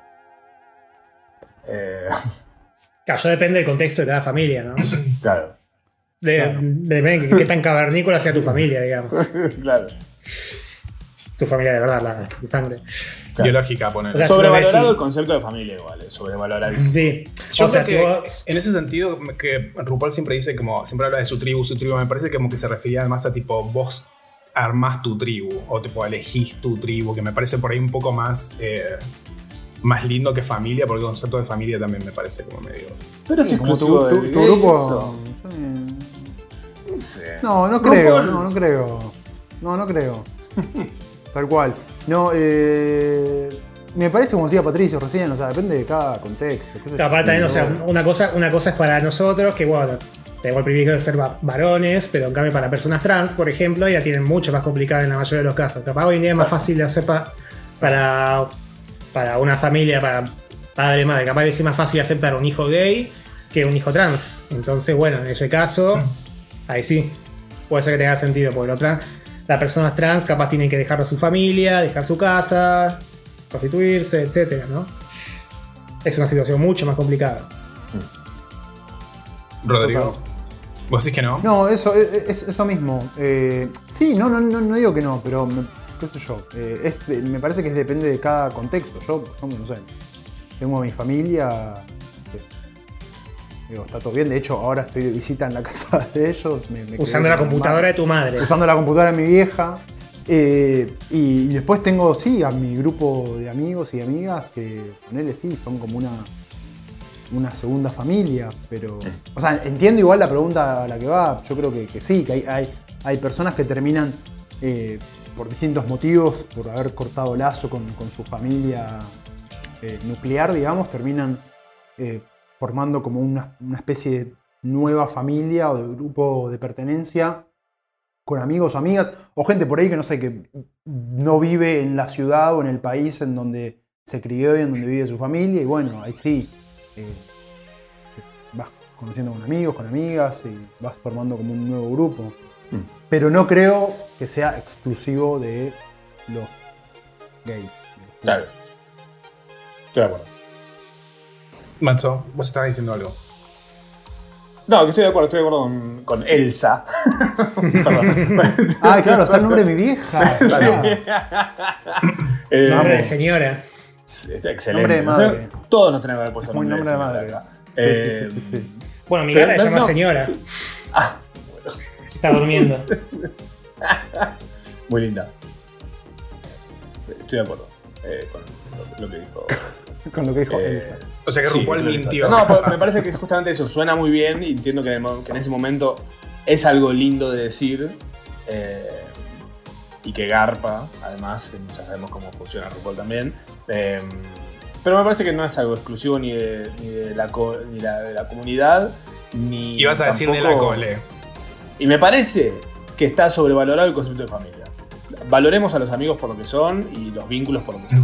C: Eh,
B: Claro, yo depende del contexto de cada familia, ¿no?
C: claro,
B: De,
C: Claro.
B: Depende de qué tan cavernícola sea tu familia, digamos.
C: claro.
B: Tu familia de verdad, la de sangre.
C: Claro.
D: Biológica, poner.
B: O sea,
C: Sobrevalorado
B: sí.
C: el concepto de familia igual, eh, sobrevaloradísimo.
B: Sí.
D: Yo
B: o sea, si
D: creo que
B: vos...
D: en ese sentido que RuPaul siempre dice como, siempre habla de su tribu, su tribu, me parece como que se refería además a tipo, vos armás tu tribu, o tipo elegís tu tribu, que me parece por ahí un poco más, eh, más lindo que familia, porque el concepto de familia también me parece como medio...
C: Pero es
A: Como tu,
C: exclusivo
A: tu-
C: del
A: tu
C: gay,
A: grupo.
C: eso.
A: Sí.
C: No sé.
A: No, no
C: RuPaul.
A: creo, no, no creo. No, no creo. Tal cual. No, eh, me parece como decía Patricio recién, o sea, depende de cada contexto. qué sé yo.
B: Aparte también, o sea,
A: Pero-
B: una cosa, una cosa es para nosotros, que bueno, tenemos el privilegio de ser va- varones, pero en cambio para personas trans, por ejemplo, ya tienen mucho más complicado en la mayoría de los casos. Capaz hoy en día es más fácil de hacer pa- para, para una familia, para padre, madre, capaz es más fácil aceptar un hijo gay que un hijo trans. Entonces, bueno, en ese caso, ahí sí, puede ser que tenga sentido, porque la otra, las personas trans capaz tienen que dejar a su familia, dejar su casa, prostituirse, etcétera, ¿no? Es una situación mucho más complicada.
D: Rodrigo, ¿vos decís que no?
A: No, eso, es, es- eso mismo. Eh, sí, no, no, no, no digo que no, pero me- qué sé yo. eh, es de- me parece que depende de cada contexto. Yo, por ejemplo, no sé, tengo a mi familia. que, digo, está todo bien. De hecho, ahora estoy de visita en la casa de ellos. me- me quedé
B: Usando la
A: con mi
B: computadora de
A: madre,
B: tu madre.
A: usando la computadora de mi vieja. Eh, y, y después tengo, sí, a mi grupo de amigos y amigas que, ponele, sí, son como una, una segunda familia, pero... O sea, entiendo igual la pregunta a la que va, yo creo que, que sí, que hay, hay, hay personas que terminan eh, por distintos motivos, por haber cortado lazo con, con su familia eh, nuclear, digamos, terminan eh, formando como una, una especie de nueva familia o de grupo de pertenencia con amigos o amigas, o gente por ahí que no sé, que no vive en la ciudad o en el país en donde se crió y en donde vive su familia, y bueno, ahí sí, eh, vas conociendo con amigos, con amigas, y vas formando como un nuevo grupo.
C: Mm.
A: Pero no creo que sea exclusivo de los gays.
C: Claro. Estoy de acuerdo.
D: Matzo, vos estabas diciendo algo.
C: No, que estoy de acuerdo, estoy de acuerdo con, con Elsa. Perdón.
A: Ah, claro, está el nombre de mi vieja.
C: Eh,
B: Nombre de señora.
C: Está excelente.
A: Nombre de madre.
C: Todos nos tenemos que haber puesto
A: Es muy nombre de
C: señora
A: madre.
C: acá.
A: Sí,
C: Eh,
A: sí, sí, sí, sí.
B: Bueno, mi
C: Pero
B: gata
C: no,
B: se llama
C: no.
B: señora.
C: Ah,
B: Está durmiendo.
C: muy linda. Estoy de acuerdo eh, con lo, lo que dijo.
A: Con lo que dijo
C: eh,
A: Elsa.
D: O sea que
C: sí,
D: RuPaul
C: creo que
D: mintió.
C: está- No, pues, me parece que justamente eso suena muy bien y entiendo que en, el mo- que en ese momento es algo lindo de decir eh, y que garpa, además, ya sabemos cómo funciona RuPaul también. Eh, pero pero me parece que no es algo exclusivo ni de, ni de, la, co- ni la, de la comunidad, ni.
D: Y vas a decir de la
C: tampoco-
D: cole.
C: Y me parece que está sobrevalorado el concepto de familia. Valoremos a los amigos por lo que son y los vínculos por lo que son.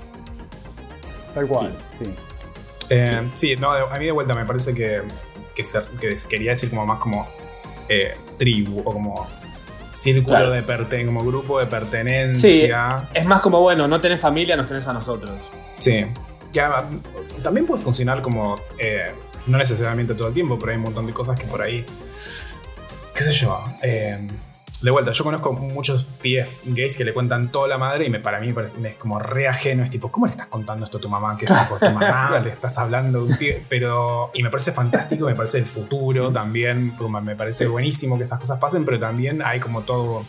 A: Tal cual, sí.
D: Eh, sí, no, a mí de vuelta me parece que, que, ser- que quería decir como más como eh, tribu o como círculo
C: Claro.
D: de pertenencia, como grupo de pertenencia.
C: Es más como, bueno, no tenés familia, nos tenés a nosotros.
D: Sí. Ya, también puede funcionar como, eh, no necesariamente todo el tiempo, pero hay un montón de cosas que por ahí, qué sé yo, eh, de vuelta, yo conozco muchos pibes gays que le cuentan toda la madre y me, para mí me parece, es como re ajeno, es tipo, ¿cómo le estás contando esto a tu mamá? ¿Qué es tipo tu mamá? Le estás hablando de un pibe, pero, y me parece fantástico, me parece el futuro también, como me parece buenísimo que esas cosas pasen, pero también hay como todo,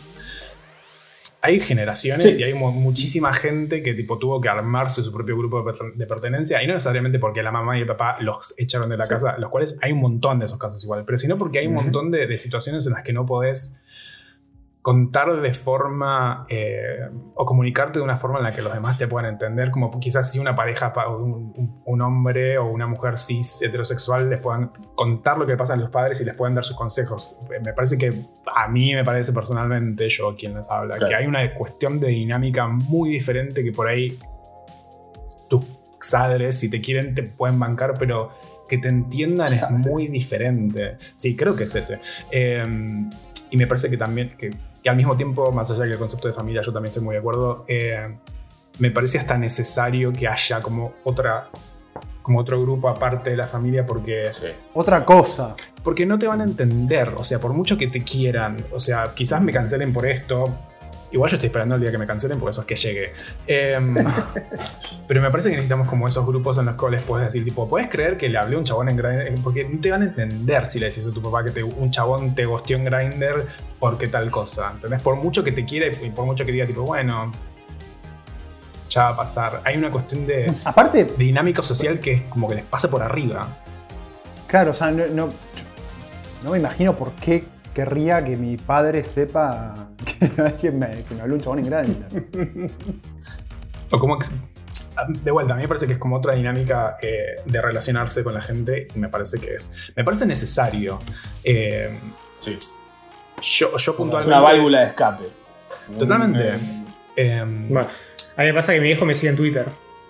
D: hay generaciones
C: Sí.
D: y hay mu- muchísima gente que tipo tuvo que armarse su propio grupo de, perten- de pertenencia, y no necesariamente porque la mamá y el papá los echaron de la
C: Sí.
D: casa, los cuales hay un montón de esos casos igual, pero sino porque hay un
C: Ujú.
D: montón de, de situaciones en las que no podés contar de forma eh, o comunicarte de una forma en la que los demás te puedan entender, como quizás si una pareja, pa- un, un- un hombre o una mujer cis heterosexual les puedan contar lo que le pasa a los padres y les puedan dar sus consejos. Me parece que a mí me parece personalmente, yo quien les habla,
C: Claro.
D: que hay una cuestión de dinámica muy diferente que por ahí tus padres, si te quieren, te pueden bancar, pero que te entiendan es
C: Exacto.
D: muy diferente. Sí, creo que es ese. Eh, y me parece que también, que, que al mismo tiempo, más allá que el concepto de familia, yo también estoy muy de acuerdo, eh, me parece hasta necesario que haya como otra, como otro grupo aparte de la familia, porque,
C: Sí.
A: Otra cosa.
D: porque no te van a entender, o sea, por mucho que te quieran, o sea, quizás me cancelen por esto. Igual yo estoy esperando el día que me cancelen porque eso es que llegue. Eh, pero me parece que necesitamos como esos grupos en los cuales puedes decir, tipo, ¿puedes creer que le hablé a un chabón en Grindr? Porque no te van a entender si le decís a tu papá que te- un chabón te gosteó en Grindr porque tal cosa. ¿Entendés? Por mucho que te quiera y por mucho que diga, tipo, bueno, ya va a pasar. Hay una cuestión de, de
A: Aparte,
D: dinámica social que es como que les pasa por arriba.
A: claro, o sea, no, no, no me imagino por qué querría que mi padre sepa que, que, me, que me habló un chabón en Grindr.
D: O como que- de vuelta, a mí me parece que es como otra dinámica eh, de relacionarse con la gente y me parece que es. Me parece necesario. Eh,
C: Sí.
D: yo, yo
C: Es
D: puntualmente.
C: una válvula de escape.
D: Totalmente.
C: Un-
D: eh,
B: Bueno, a mí me pasa que mi viejo me sigue en Twitter.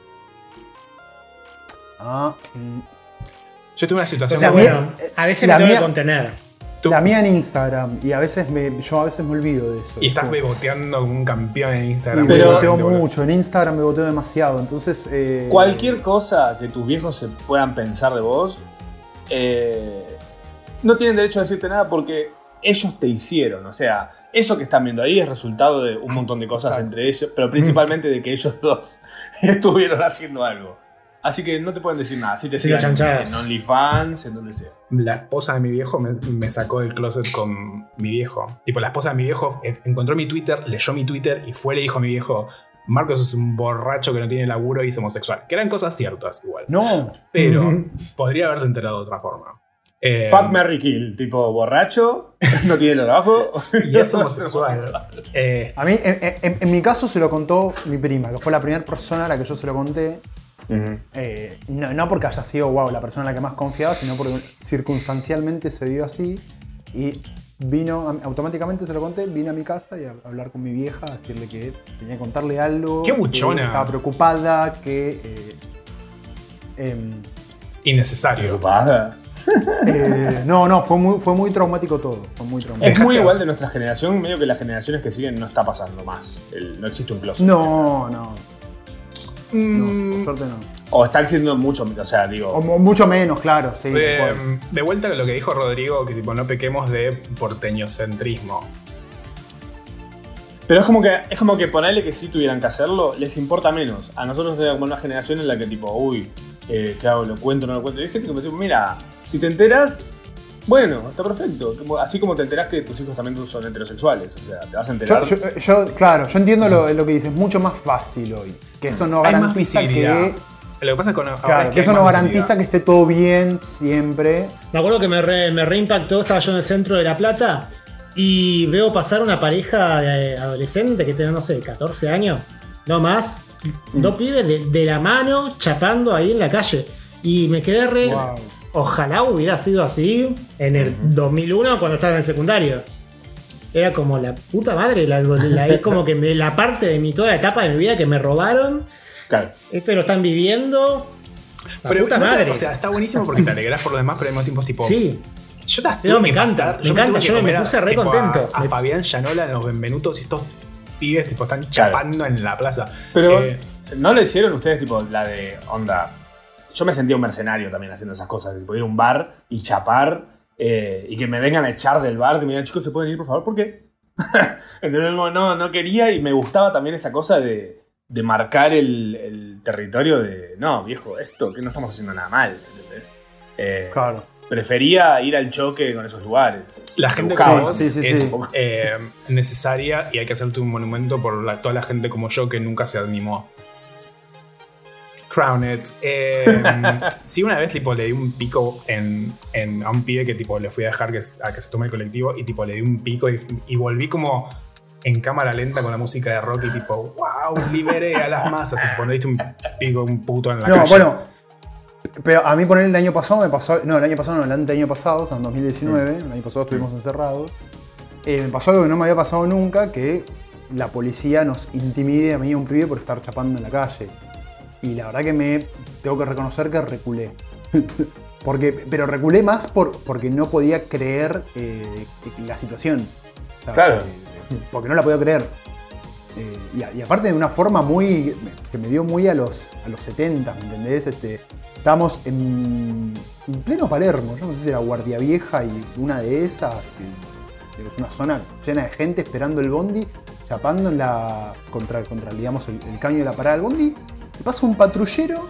A: Ah, mm.
D: yo tuve una
B: O
D: situación.
B: sea,
A: La mía-
B: bueno, a veces
A: la
B: me tengo
A: mía-
B: que contener.
D: tú-
A: La mía en Instagram, y a veces me, yo a veces me olvido de eso.
D: y estás
A: Como-
D: beboteando como un campeón en
A: Y
D: Instagram.
C: Pero-
A: beboteo
D: Boludo.
A: mucho, en Instagram beboteo demasiado, entonces... eh,
C: Cualquier cosa que tus viejos se puedan pensar de vos, eh, no tienen derecho a decirte nada porque ellos te hicieron. O sea, eso que están viendo ahí es resultado de un montón de cosas
A: Exacto.
C: entre ellos, pero principalmente de que ellos dos estuvieron haciendo algo. Así que no te pueden decir nada. Si te
B: Sí, las
C: sigan
B: chanchadas.
C: en OnlyFans, en donde sea.
D: La esposa de mi viejo me, me sacó del closet con mi viejo. Tipo, la esposa de mi viejo eh, encontró mi Twitter, leyó mi Twitter y fue y le dijo a mi viejo: Marcos es un borracho que no tiene laburo y es homosexual. Que eran cosas ciertas igual.
A: No,
D: Pero
B: Ujú.
D: podría haberse enterado de otra forma. Eh,
C: Fuck, Marry, Kill. Tipo borracho, no tiene trabajo.
D: y es homosexual. Eh,
A: a mí, en, en- en mi caso se lo contó mi prima, que fue la primera persona a la que yo se lo conté.
C: Ujú.
A: Eh, no, no porque haya sido, wow, la persona en la que más confiaba, sino porque circunstancialmente se dio así. Y vino, a- automáticamente se lo conté, vine a mi casa y a hablar con mi vieja, a decirle que tenía que contarle algo.
D: ¡Qué
A: que
D: buchona!
A: estaba preocupada, que... eh, em,
D: innecesario.
C: Preocupada.
A: eh, no, no, fue muy, fue muy traumático todo. Fue muy
C: Es
A: traumático.
C: muy
D: Dejaste-
C: igual de nuestra generación, medio que las generaciones que siguen no está pasando más. El- no existe un closet.
A: No, no, no,
D: Mm,
A: por suerte no.
C: O están siendo mucho, o sea, digo.
A: O mo- mucho menos, claro, sí.
D: eh,
A: tal cual.
D: de vuelta a lo que dijo Rodrigo, que tipo no pequemos de porteñocentrismo.
C: Pero es como que es como que ponerle que si tuvieran que hacerlo, les importa menos. A nosotros era como una generación en la que tipo, uy, eh, ¿qué hago? ¿Lo cuento o no lo cuento? Y hay gente que me dice, mira, si te enteras, bueno, está perfecto. Como- así como te enterás que tus hijos también son heterosexuales. O sea, te vas a
A: Yo,
C: enterar.
A: yo- yo- claro, yo entiendo lo, lo que dices, mucho más fácil hoy. Que eso no
D: Hay más
A: garantiza
D: visibilidad.
A: que.
D: Lo que pasa con ahora
A: Claro,
D: es
A: que
D: que
A: eso
D: hay
A: no
D: más
A: garantiza
D: visibilidad.
A: que esté todo bien siempre.
B: Me acuerdo que me, re, me reimpactó, estaba yo en el centro de La Plata y veo pasar una pareja de adolescente que tiene, no sé, catorce años, no más, Dos pibes de, de la mano chapando ahí en la calle. Y me quedé re.
A: Wow.
B: Ojalá hubiera sido así en el dos mil uno cuando estaba en el secundario. Era como la puta madre, la, la- es como que me- la parte de mi, toda la etapa de mi vida que me robaron.
C: Claro.
B: Esto lo están viviendo. La
D: Pero
B: puta
D: no te-
B: madre.
D: o sea, está buenísimo porque te alegrás por los demás, pero al mismo tiempo es tipo.
B: Sí,
D: Yo las
B: Sí, no,
D: tuve
B: me
D: que
B: encanta,
D: pasar,
B: me
D: yo
B: encanta,
D: tuve que
B: yo me
D: comer a-
B: puse re
D: tipo, a-
B: contento.
D: A,
B: Me-
D: Fabián Llanola en los Benvenutos y estos pibes tipo están chapando en la plaza.
C: Pero,
D: Eh,
C: ¿no le hicieron ustedes, tipo, la de onda? Yo me sentía un mercenario también haciendo esas cosas, tipo ir a un bar y chapar eh, y que me vengan a echar del bar, que me digan, chicos, ¿se pueden ir, por favor? ¿Por qué? Entonces, no, no quería y me gustaba también esa cosa de, de marcar el, el territorio de, no, viejo, esto, que no estamos haciendo nada mal, ¿entendés? Eh,
A: Claro.
C: Prefería ir al choque con esos lugares.
D: La gente
C: Buscaba.
D: como vos
A: Sí, sí, sí.
D: es eh, necesaria y hay que hacerte un monumento por la- toda la gente como yo que nunca se animó. Crown it. Eh, sí, una vez tipo, le di un pico en, en- a un pibe que tipo, le fui a dejar que, a que se tome el colectivo y tipo, le di un pico y, y volví como en cámara lenta con la música de rock y tipo, wow, liberé a las masas. Y tipo, le diste un pico, un puto en la
A: No,
D: calle.
A: bueno. Pero a mí poner el año pasado me pasó. No, el año pasado no, el anteaño pasado, o sea, en dos mil diecinueve, el año pasado estuvimos encerrados. Eh, me pasó algo que no me había pasado nunca, que la policía nos intimide a mí y a un pibe por estar chapando en la calle. Y la verdad que me tengo que reconocer que reculé. porque, pero reculé más por, porque no podía creer eh, la situación. O sea,
C: Claro.
A: eh, porque no la podía creer. Eh, y, a- y aparte de una forma muy. que me dio muy a los, a los setenta, ¿me entendés? Este, estábamos en, en pleno Palermo, yo no sé si era Guardia Vieja y una de esas, que, que es una zona llena de gente esperando el bondi, chapando en la, contra, contra digamos, el, el caño de la parada del bondi. Y pasa un patrullero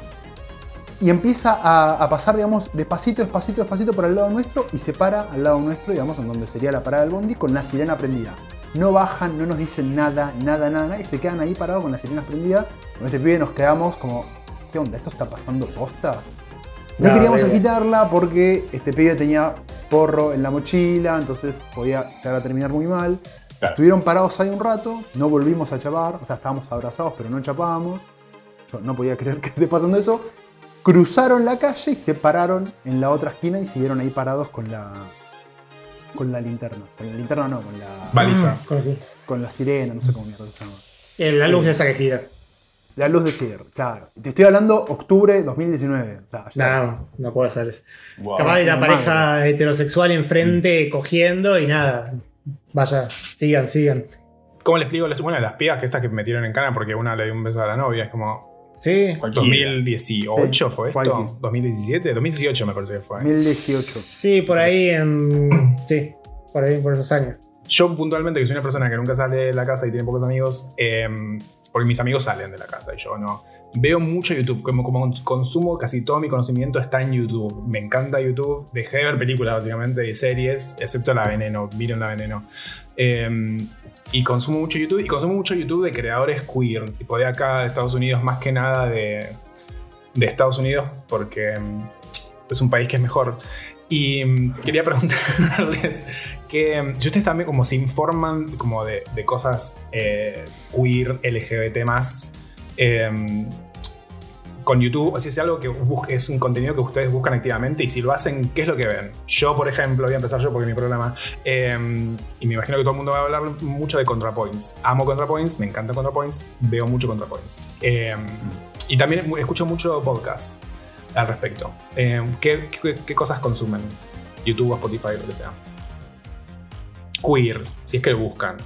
A: y empieza a, a pasar, digamos, despacito, despacito, despacito por al lado nuestro y se para al lado nuestro, digamos, en donde sería la parada del bondi, con la sirena prendida. No bajan, no nos dicen nada, nada, nada, nada, y se quedan ahí parados con las sirenas prendidas. Con este pibe nos quedamos como, ¿qué onda? ¿Esto está pasando posta? No,
B: No,
A: queríamos
B: horrible.
A: quitarla porque este pibe tenía porro en la mochila, entonces podía llegar a terminar muy mal.
C: Claro.
A: Estuvieron parados ahí un rato, no volvimos a chapar, o sea, estábamos abrazados, pero no chapábamos. Yo no podía creer que esté pasando eso. Cruzaron la calle y se pararon en la otra esquina y siguieron ahí parados con la con la linterna. Con la linterna no, con la
D: Baliza.
B: Con así.
A: con la sirena, no sé cómo mierda se llama.
B: Eh, La luz de esa que gira.
A: La luz de cierre, claro. Te estoy hablando octubre dos mil diecinueve. O sea, ya-
B: No, no puedo hacer eso.
C: Wow.
B: Capaz de la
A: Madre.
B: pareja heterosexual enfrente cogiendo y nada. Vaya, sigan, sigan.
D: ¿Cómo le explico? Bueno, las pibas que estas que metieron en cana porque una le dio un beso a la novia, es como.
B: Sí.
C: Cualquiera.
D: ¿dos mil dieciocho
A: Sí,
D: fue esto?
A: cualquier.
D: ¿dos mil diecisiete? dos mil dieciocho me parece que fue.
A: dos mil dieciocho.
B: Sí, por ahí en. Sí, por ahí, por esos años.
D: Yo puntualmente, que soy una persona que nunca sale de la casa y tiene pocos amigos, eh, porque mis amigos salen de la casa y yo no. Veo mucho YouTube, como, como consumo casi todo mi conocimiento está en YouTube. Me encanta YouTube, dejé de ver películas básicamente y series, excepto La Veneno, miren La Veneno. Eh, y consumo mucho YouTube y consumo mucho YouTube de creadores queer, tipo de acá, de Estados Unidos, más que nada de, de Estados Unidos, porque mm, es un país que es mejor. Y mm, quería preguntarles que mm, si ustedes también como se informan como de, de cosas eh, queer, L G B T más, eh, con YouTube, o si es algo que bus- es un contenido que ustedes buscan activamente y si lo hacen, ¿qué es lo que ven? Yo, por ejemplo, voy a empezar yo porque es mi programa, eh, y me imagino que todo el mundo va a hablar mucho de ContraPoints. Amo ContraPoints, me encanta ContraPoints, veo mucho ContraPoints. Eh, y también escucho mucho podcast al respecto. Eh, ¿qué, qué, qué cosas consumen? YouTube, Spotify, lo que sea. Queer, si es que lo buscan.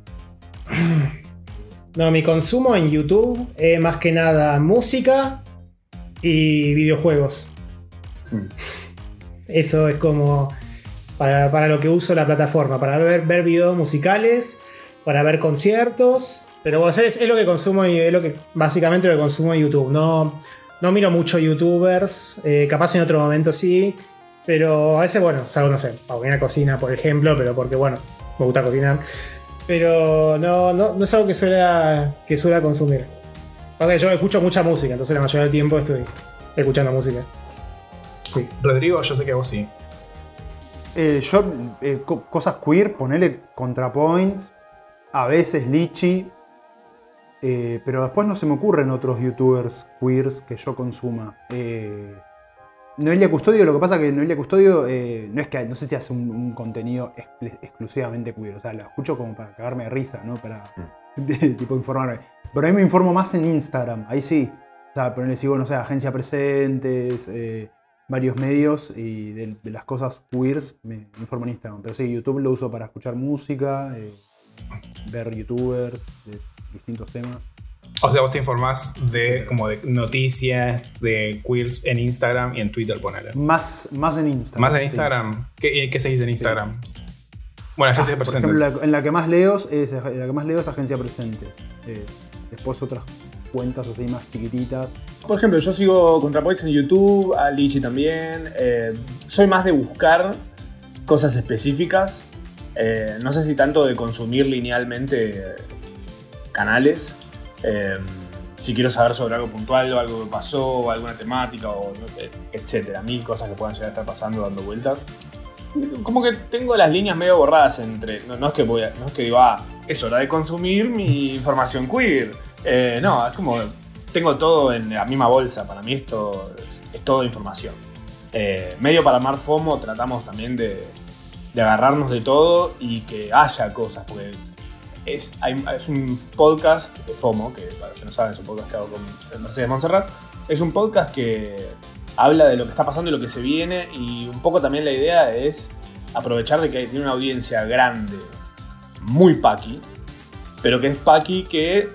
B: No, mi consumo en YouTube es más que nada música y videojuegos.
C: Mm.
B: Eso es como para, para lo que uso la plataforma, para ver, ver videos musicales, para ver conciertos. Pero vos es, es lo que consumo y es lo que básicamente lo que consumo en YouTube. No, no miro mucho youtubers, eh, capaz en otro momento sí, pero a veces, bueno, salgo, no sé, a una cocina, por ejemplo, pero porque, bueno, me gusta cocinar. Pero no, no, no es algo que suela, que suela consumir. Porque yo escucho mucha música, entonces la mayoría del tiempo estoy escuchando música. Sí.
D: Rodrigo, yo sé que vos sí.
A: Eh, yo, eh, co- cosas queer, ponele ContraPoints, a veces Lichi. Eh, pero después no se me ocurren otros youtubers queers que yo consuma. Eh, Noelia Custodio, lo que pasa es que Noelia Custodio eh, no es que no sé si hace un, un contenido ex- exclusivamente queer. O sea, lo escucho como para cagarme de risa, ¿no? Para de, tipo informarme. Pero a mí me informo más en Instagram, ahí sí. O sea, pero le sigo, no sé, Agencia Presentes, eh, varios medios y de, de las cosas queers me informo en Instagram. Pero sí, YouTube lo uso para escuchar música, eh, ver youtubers de distintos temas.
D: O sea, vos te informás de, como de noticias de queers en Instagram y en Twitter, ponele.
A: Más, más en Instagram.
D: Más en Instagram. Sí. ¿Qué, ¿Qué se dice en Instagram? Sí. Bueno, Agencia
A: ah,
D: Presentes.
A: Por ejemplo, la, en la que más leo es, la que más leo es Agencia Presentes. Eh, después otras cuentas así más chiquititas.
C: Por ejemplo, yo sigo ContraPoints en YouTube, a Lichi también. Eh, soy más de buscar cosas específicas. Eh, no sé si tanto de consumir linealmente canales. Eh, si quiero saber sobre algo puntual o algo que pasó, o alguna temática, o etcétera, mil cosas que puedan llegar a estar pasando dando vueltas. Como que tengo las líneas medio borradas entre. No, no es que voy a, no es que digo, ah, es hora de consumir mi información queer. Eh, no, es como. Tengo todo en la misma bolsa. Para mí esto es, es todo información. Eh, medio para armar FOMO, tratamos también de, de agarrarnos de todo y que haya cosas, porque. Es, hay, es un podcast de FOMO, que para los que no saben es un podcast que hago con Mercedes Montserrat. Es un podcast que habla de lo que está pasando y lo que se viene, y un poco también la idea es aprovechar de que tiene una audiencia grande, muy paqui, pero que es paqui que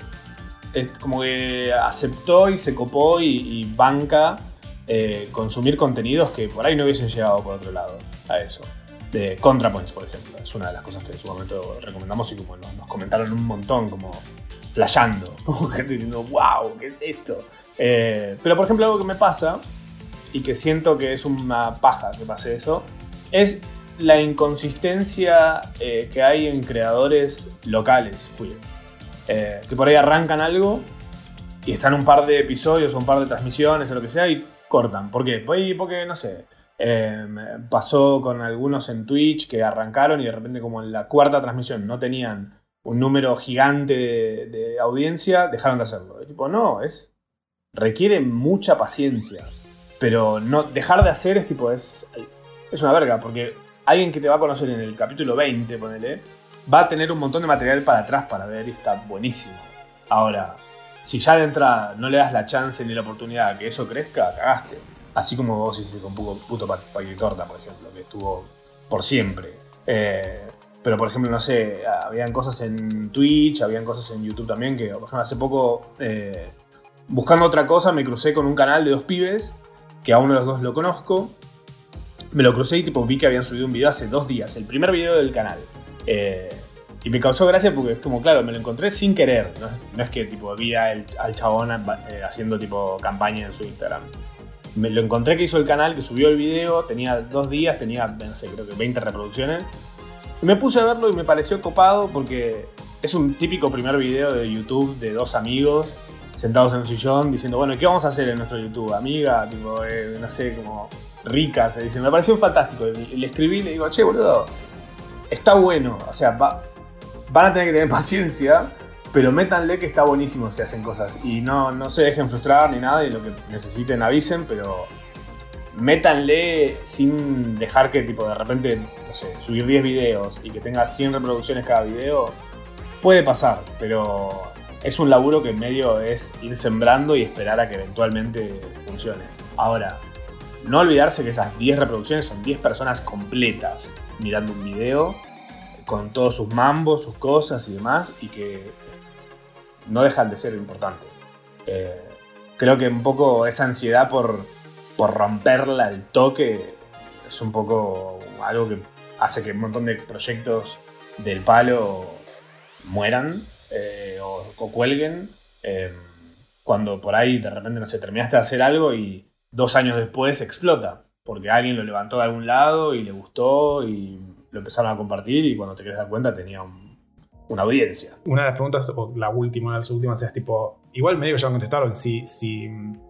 C: es como que aceptó y se copó y, y banca eh, consumir contenidos que por ahí no hubiesen llegado por otro lado a eso. De ContraPoints, por ejemplo, es una de las cosas que en su momento recomendamos y como nos, nos comentaron un montón, como flasheando, como gente diciendo, wow, ¿qué es esto? Eh, pero por ejemplo, algo que me pasa y que siento que es una paja que pase eso, es la inconsistencia eh, que hay en creadores locales, queer. Eh, que por ahí arrancan algo y están un par de episodios o un par de transmisiones o lo que sea y cortan. ¿Por qué? Pues porque, no sé... Eh, pasó con algunos en Twitch que arrancaron y de repente como en la cuarta transmisión no tenían un número gigante de, de audiencia, dejaron de hacerlo. Y tipo, no, es requiere mucha paciencia. Pero no dejar de hacer es tipo, es, es una verga, porque alguien que te va a conocer en el capítulo veinte, ponele, va a tener un montón de material para atrás para ver y está buenísimo. Ahora, si ya de entrada no le das la chance ni la oportunidad a que eso crezca, cagaste. Así como vos hiciste con Puto Paqui Torta, por ejemplo, que estuvo por siempre. Eh, pero, por ejemplo, no sé, habían cosas en Twitch, habían cosas en YouTube también, que, por ejemplo, hace poco, eh, buscando otra cosa, me crucé con un canal de dos pibes, que a uno de los dos lo conozco. Me lo crucé y tipo vi que habían subido un video hace dos días, el primer video del canal. Eh, y me causó gracia porque es como, claro, me lo encontré sin querer. No, no es que tipo vi al, al chabón eh, haciendo tipo campaña en su Instagram. Me lo encontré que hizo el canal, que subió el video, tenía dos días, tenía, no sé, creo que veinte reproducciones. Y me puse a verlo y me pareció copado porque es un típico primer video de YouTube de dos amigos sentados en un sillón diciendo, bueno, ¿qué vamos a hacer en nuestro YouTube? Amiga, tipo, eh, no sé, como rica, se dice. Me pareció fantástico. Y le escribí y le digo, che, boludo, está bueno. O sea, va, van a tener que tener paciencia, pero métanle que está buenísimo si hacen cosas. Y no, no se dejen frustrar ni nada, y lo que necesiten avisen, pero métanle sin dejar que tipo de repente, no sé, subir diez videos y que tenga cien reproducciones cada video. Puede pasar, pero es un laburo que en medio es ir sembrando y esperar a que eventualmente funcione. Ahora, no olvidarse que esas diez reproducciones son diez personas completas mirando un video con todos sus mambos, sus cosas y demás, y que no dejan de ser importantes. Eh, creo que un poco esa ansiedad por, por romperla al toque es un poco algo que hace que un montón de proyectos del palo mueran eh, o, o cuelguen. Eh, cuando por ahí de repente, no sé, terminaste de hacer algo y dos años después explota. Porque alguien lo levantó de algún lado y le gustó y lo empezaron a compartir, y cuando te querés dar cuenta tenía un, una audiencia.
D: Una de las preguntas, o la última, una de las últimas, es tipo, igual medio que ya me contestaron, si, si,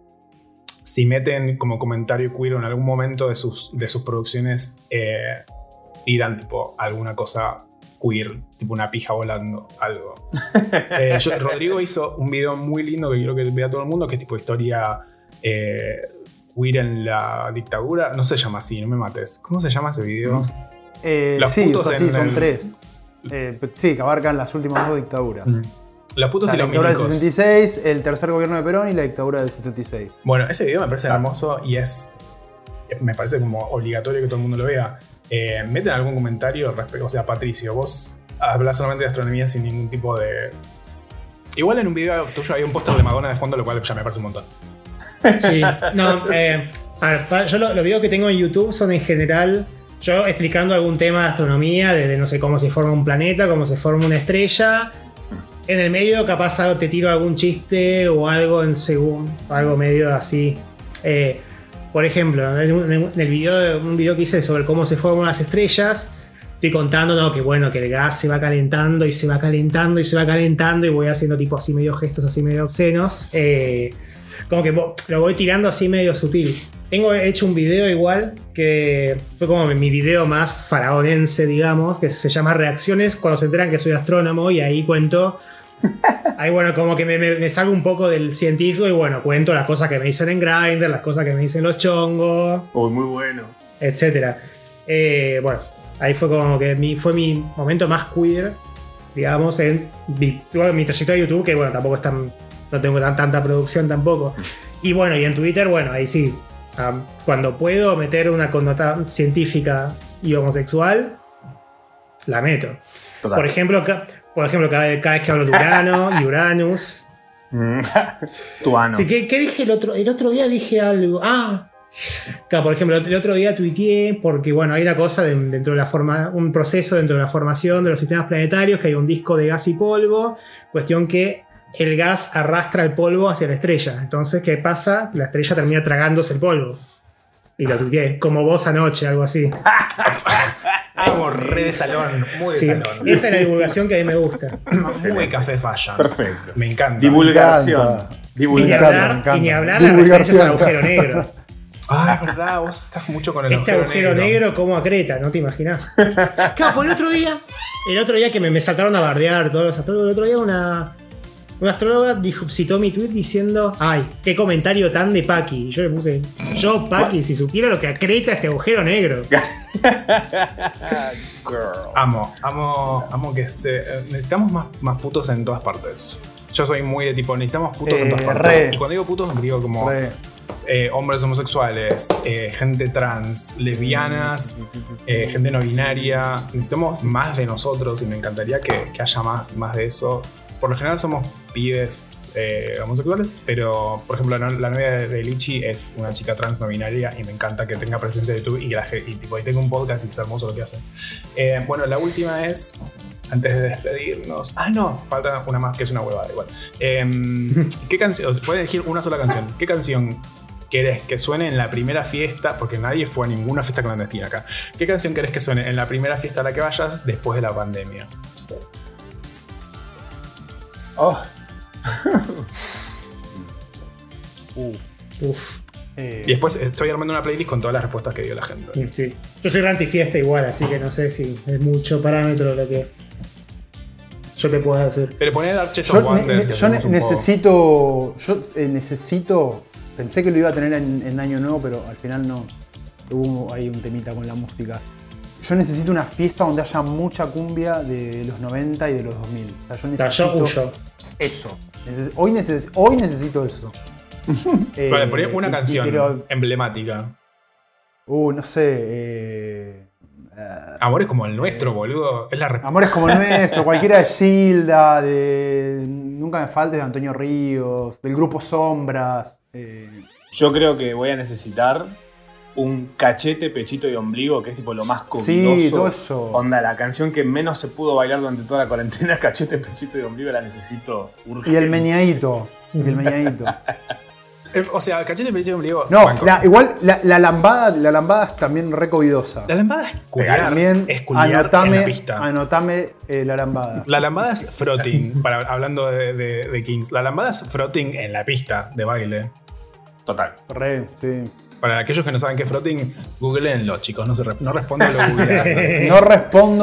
D: si meten como comentario queer en algún momento de sus, de sus producciones, eh, tiran tipo alguna cosa queer, tipo una pija volando, algo. Eh, yo- Rodrigo hizo un video muy lindo que quiero que vea todo el mundo, que es tipo historia eh, queer en la dictadura. No se llama así, no me mates. ¿Cómo se llama ese video?
A: Eh,
D: Los
A: sí,
D: putos
A: o sea, sí,
D: en
A: son
D: el-
A: tres. Eh, sí, que abarcan las últimas dos dictaduras.
D: Mm. Los putos
A: La
D: y los
A: dictadura del
D: milicos.
A: sesenta y seis, el tercer gobierno de Perón y la dictadura del setenta y seis.
D: Bueno, ese video me parece hermoso y es. Me parece como obligatorio que todo el mundo lo vea. Eh, meten algún comentario respecto. O sea, Patricio, vos hablas solamente de astronomía sin ningún tipo de. Igual en un video tuyo había un póster de Madonna de fondo, lo cual ya me parece un montón.
B: Sí, no, eh, a ver, pa- yo lo- los videos que tengo en YouTube son en general yo explicando algún tema de astronomía, desde no sé cómo se forma un planeta, cómo se forma una estrella. En el medio capaz algo- te tiro algún chiste o algo en según, algo medio así. Eh, por ejemplo, en un- en el video, un video que hice sobre cómo se forman las estrellas, estoy contando, ¿no? Que bueno, que el gas se va calentando y se va calentando y se va calentando y voy haciendo tipo así medio gestos así medio obscenos. Eh, como que vo- lo voy tirando así medio sutil. Tengo hecho un video igual que fue como mi video más faraonense, digamos, que se llama Reacciones cuando se enteran que soy astrónomo, y ahí cuento. Ahí bueno, como que me, me- me salgo un poco del científico y bueno, cuento las cosas que me dicen en Grindr, las cosas que me dicen los chongos,
C: Uy, muy bueno.
B: etcétera. Eh, bueno, ahí fue como que mi, fue mi momento más queer, digamos, en mi, igual mi trayectoria de YouTube, que bueno, tampoco es tan, no tengo tan, tanta producción tampoco. Y bueno, y en Twitter, bueno, ahí sí, um, cuando puedo meter una connotación científica y homosexual, la meto.
C: Total.
B: Por ejemplo, ca- por ejemplo cada, cada vez que hablo de Urano y Uranus.
C: Tu ano.
B: Sí, ¿qué, qué dije el otro? El otro día dije algo. Ah, claro, por ejemplo, el otro día tuiteé porque, bueno, hay una cosa de- dentro de la forma, un proceso dentro de la formación de los sistemas planetarios, que hay un disco de gas y polvo, cuestión que el gas arrastra el polvo hacia la estrella. Entonces, ¿qué pasa? La estrella termina tragándose el polvo. Y lo tuiteé, como vos anoche, algo así.
D: Como re de salón, muy de
B: Sí,
D: salón.
B: esa es la divulgación que a mí me gusta.
D: Muy café fashion.
C: Perfecto.
D: Me encanta.
C: Divulgación.
A: Me encanta.
B: Y ni
C: Divulgación.
A: encanta, me
B: hablar,
A: encanta.
B: y ni hablar las
A: Divulgación.
B: referencias al agujero negro.
D: Ah, es verdad, vos estás mucho con el
B: Este agujero negro, como acreta, no te imaginas. Claro, pues el otro día, el otro día que me, me saltaron a bardear todos los astrólogos, el otro día una, una astróloga dijo, citó mi tweet diciendo, ay, qué comentario tan de Paqui. Y yo le puse, yo Paqui, si supiera lo que acreta este agujero negro.
C: Girl.
D: Amo, amo, amo que se. eh, Necesitamos más, más putos en todas partes. Yo soy muy de tipo, necesitamos putos en
A: Eh,
D: todas partes.
A: re.
D: Y cuando digo putos, digo como
A: Re.
D: eh, hombres homosexuales, eh, gente trans, lesbianas, eh, gente no binaria. Necesitamos más de nosotros y me encantaría que, que haya más, más de eso. Por lo general somos pibes eh, homosexuales, pero por ejemplo la, la novia de, de Lichi es una chica trans no binaria y me encanta que tenga presencia de YouTube y que la, ge- y, tipo, y tenga un podcast y es hermoso lo que hace. Eh, bueno, la última es, antes de despedirnos... Ah, no, falta una más que es una huevada igual. Eh, ¿Qué canción? Pueden elegir una sola canción. ¿Qué canción querés que suene en la primera fiesta? Porque nadie fue a ninguna fiesta clandestina acá. ¿Qué canción querés que suene en la primera fiesta a la que vayas después de la pandemia?
C: Oh,
A: Uh,
B: Uf,
A: eh,
D: Y después estoy armando una playlist con todas las respuestas que dio la gente.
B: sí. Yo soy antifiesta igual, así que no sé si es mucho parámetro lo que yo te puedo decir.
D: Pero poné Arches
A: yo
D: of
A: ne-
D: Wonders.
A: ne-
D: y
A: yo ne-
D: hacemos un poco.
A: necesito. Yo eh, necesito. Pensé que lo iba a tener en, en Año Nuevo, pero al final no. Hubo ahí un temita con la música. Yo necesito una fiesta donde haya mucha cumbia de los noventa y de los dos mil. O sea, yo
B: O sea,
A: necesito
B: yo huyo.
A: eso. Neces- hoy, neces- hoy necesito eso. Eh,
D: Vale, poné una
A: y- y
D: canción
A: quiero-
D: emblemática.
A: uh, no sé. Eh, eh,
D: Amor es como el nuestro, boludo. Es la respuesta.
A: Amores como el nuestro, cualquiera de Gilda, de Nunca me faltes de Antonio Ríos, del grupo Sombras. eh,
C: yo creo que voy a necesitar un cachete, pechito y ombligo, que es tipo lo más covidoso.
A: Sí, todo eso.
C: Onda, la canción que menos se pudo bailar durante toda la cuarentena, cachete, pechito y ombligo, la necesito urgente.
A: y el meñadito. Y el meñadito.
D: Eh, O sea, cachete, pelito y ombligo.
A: No,
D: banco.
A: la- igual la, la lambada, la lambada es también re covidosa.
D: La lambada es culiar.
A: También
D: Es culiar en
A: anotame,
D: la pista.
A: anotame eh, la lambada.
D: La lambada es frotting, para, hablando de, de- de Kings. La lambada es frotting en la pista de baile.
C: Total.
A: Re, sí.
D: Para aquellos que no saben qué es frotting, googleenlo, chicos. No, se re- no respondo a lo googleado.
A: No respondo,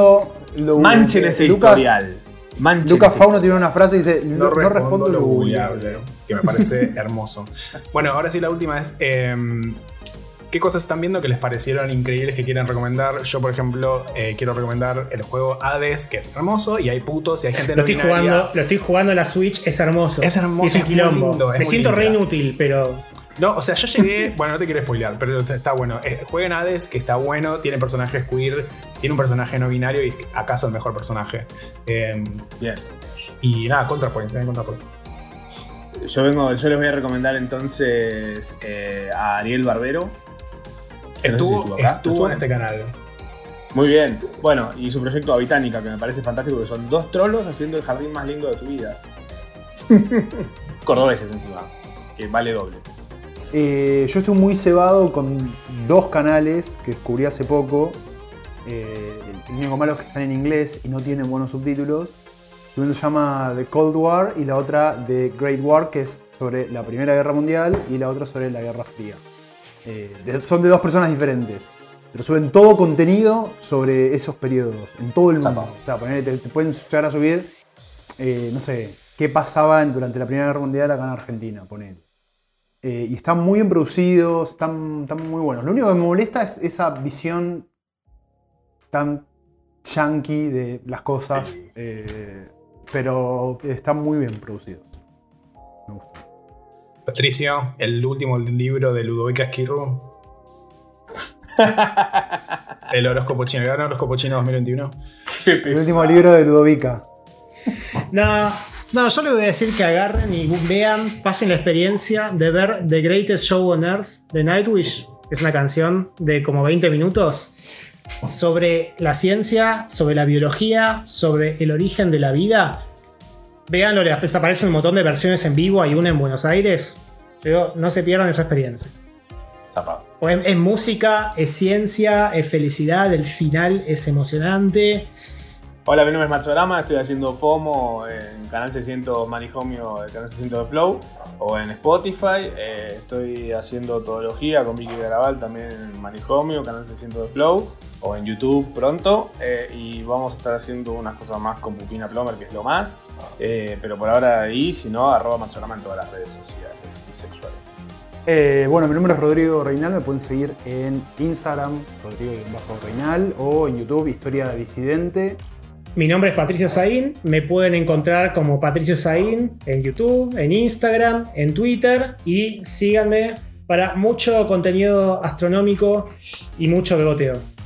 A: lo
C: Manchen ese
A: Lucas,
C: historial. Manchen
A: Lucas
C: ese
A: Fauno tiene una frase y dice: No, no respondo lo
D: googleable,
A: googleable.
D: que me parece hermoso. Bueno, ahora sí la última es eh, ¿qué cosas están viendo que les parecieron increíbles que quieran recomendar? Yo, por ejemplo, eh, quiero recomendar el juego Hades, que es hermoso, y hay putos y hay gente
B: Lo
D: no
B: estoy,
D: binaria.
B: jugando, lo estoy jugando en la Switch, es hermoso.
D: Es hermoso,
B: Y es un
D: es muy
B: quilombo.
D: lindo, es
B: Me
D: muy
B: siento re
D: linda.
B: inútil, pero.
D: No, o sea, yo llegué. Bueno, no te quiero spoilear, pero está bueno. Eh, jueguen Hades, que está bueno, tiene personajes queer, tiene un personaje no binario y acaso el mejor personaje. Eh,
C: Bien.
D: y nada, ContraPoints, ven ContraPoints.
C: Yo vengo, yo les voy a recomendar entonces eh, a Ariel Barbero.
D: Estuvo,
C: No sé si estuvo acá.
D: estuvo
C: ¿Estuvo?
D: en este canal.
C: Muy bien. Bueno, y su proyecto Habitánica, que me parece fantástico, que son dos trolos haciendo el jardín más lindo de tu vida. Cordobeses encima, que vale doble.
A: Eh, yo estoy muy cebado con dos canales que descubrí hace poco. Eh, el único malo es que están en inglés y no tienen buenos subtítulos. Uno se llama The Cold War y la otra The Great War, que es sobre la Primera Guerra Mundial, y la otra sobre la Guerra Fría. Eh, de- son de dos personas diferentes, pero suben todo contenido sobre esos periodos, en todo el mundo. O sea, ponele, te, te pueden llegar a subir, eh, no sé, qué pasaba en- durante la Primera Guerra Mundial acá en Argentina, ponele. Eh, y están muy bien producidos, están, están muy buenos. Lo único que me molesta es esa visión tan yankee de las cosas, eh, pero están muy bien producidos. Me gusta.
D: Patricio, el último libro de Ludovica Esquirro. El horóscopo chino, el gran horóscopo chino dos mil veintiuno.
A: El último libro de Ludovica.
B: No, no, yo le voy a decir que agarren y vean, pasen la experiencia de ver The Greatest Show on Earth de Nightwish. Es una canción de como veinte minutos sobre la ciencia, sobre la biología, sobre el origen de la vida. Véanlo, les aparecen un montón de versiones en vivo, hay una en Buenos Aires. Pero no se pierdan esa experiencia.
C: Tapado.
B: O Es, es música, es ciencia, es felicidad, el final es emocionante.
C: Hola, mi nombre es Matsorama, estoy haciendo FOMO en Canal seiscientos Manijomio, el Canal seiscientos de Flow, o en Spotify. Eh, estoy haciendo Todología con Vicky Garabal también en Manijomio, Canal seiscientos de Flow, o en YouTube pronto. Eh, y vamos a estar haciendo unas cosas más con Pupina Plomer, que es lo más. Eh, pero por ahora ahí, si no, arroba Matsorama en todas las redes sociales y sexuales.
A: Eh, bueno, mi nombre es Rodrigo Reinal, me pueden seguir en Instagram, Rodrigo-Reinal, o en YouTube, Historia Disidente.
B: Mi nombre es Patricio Saín, me pueden encontrar como Patricio Saín en YouTube, en Instagram, en Twitter, y síganme para mucho contenido astronómico y mucho beboteo.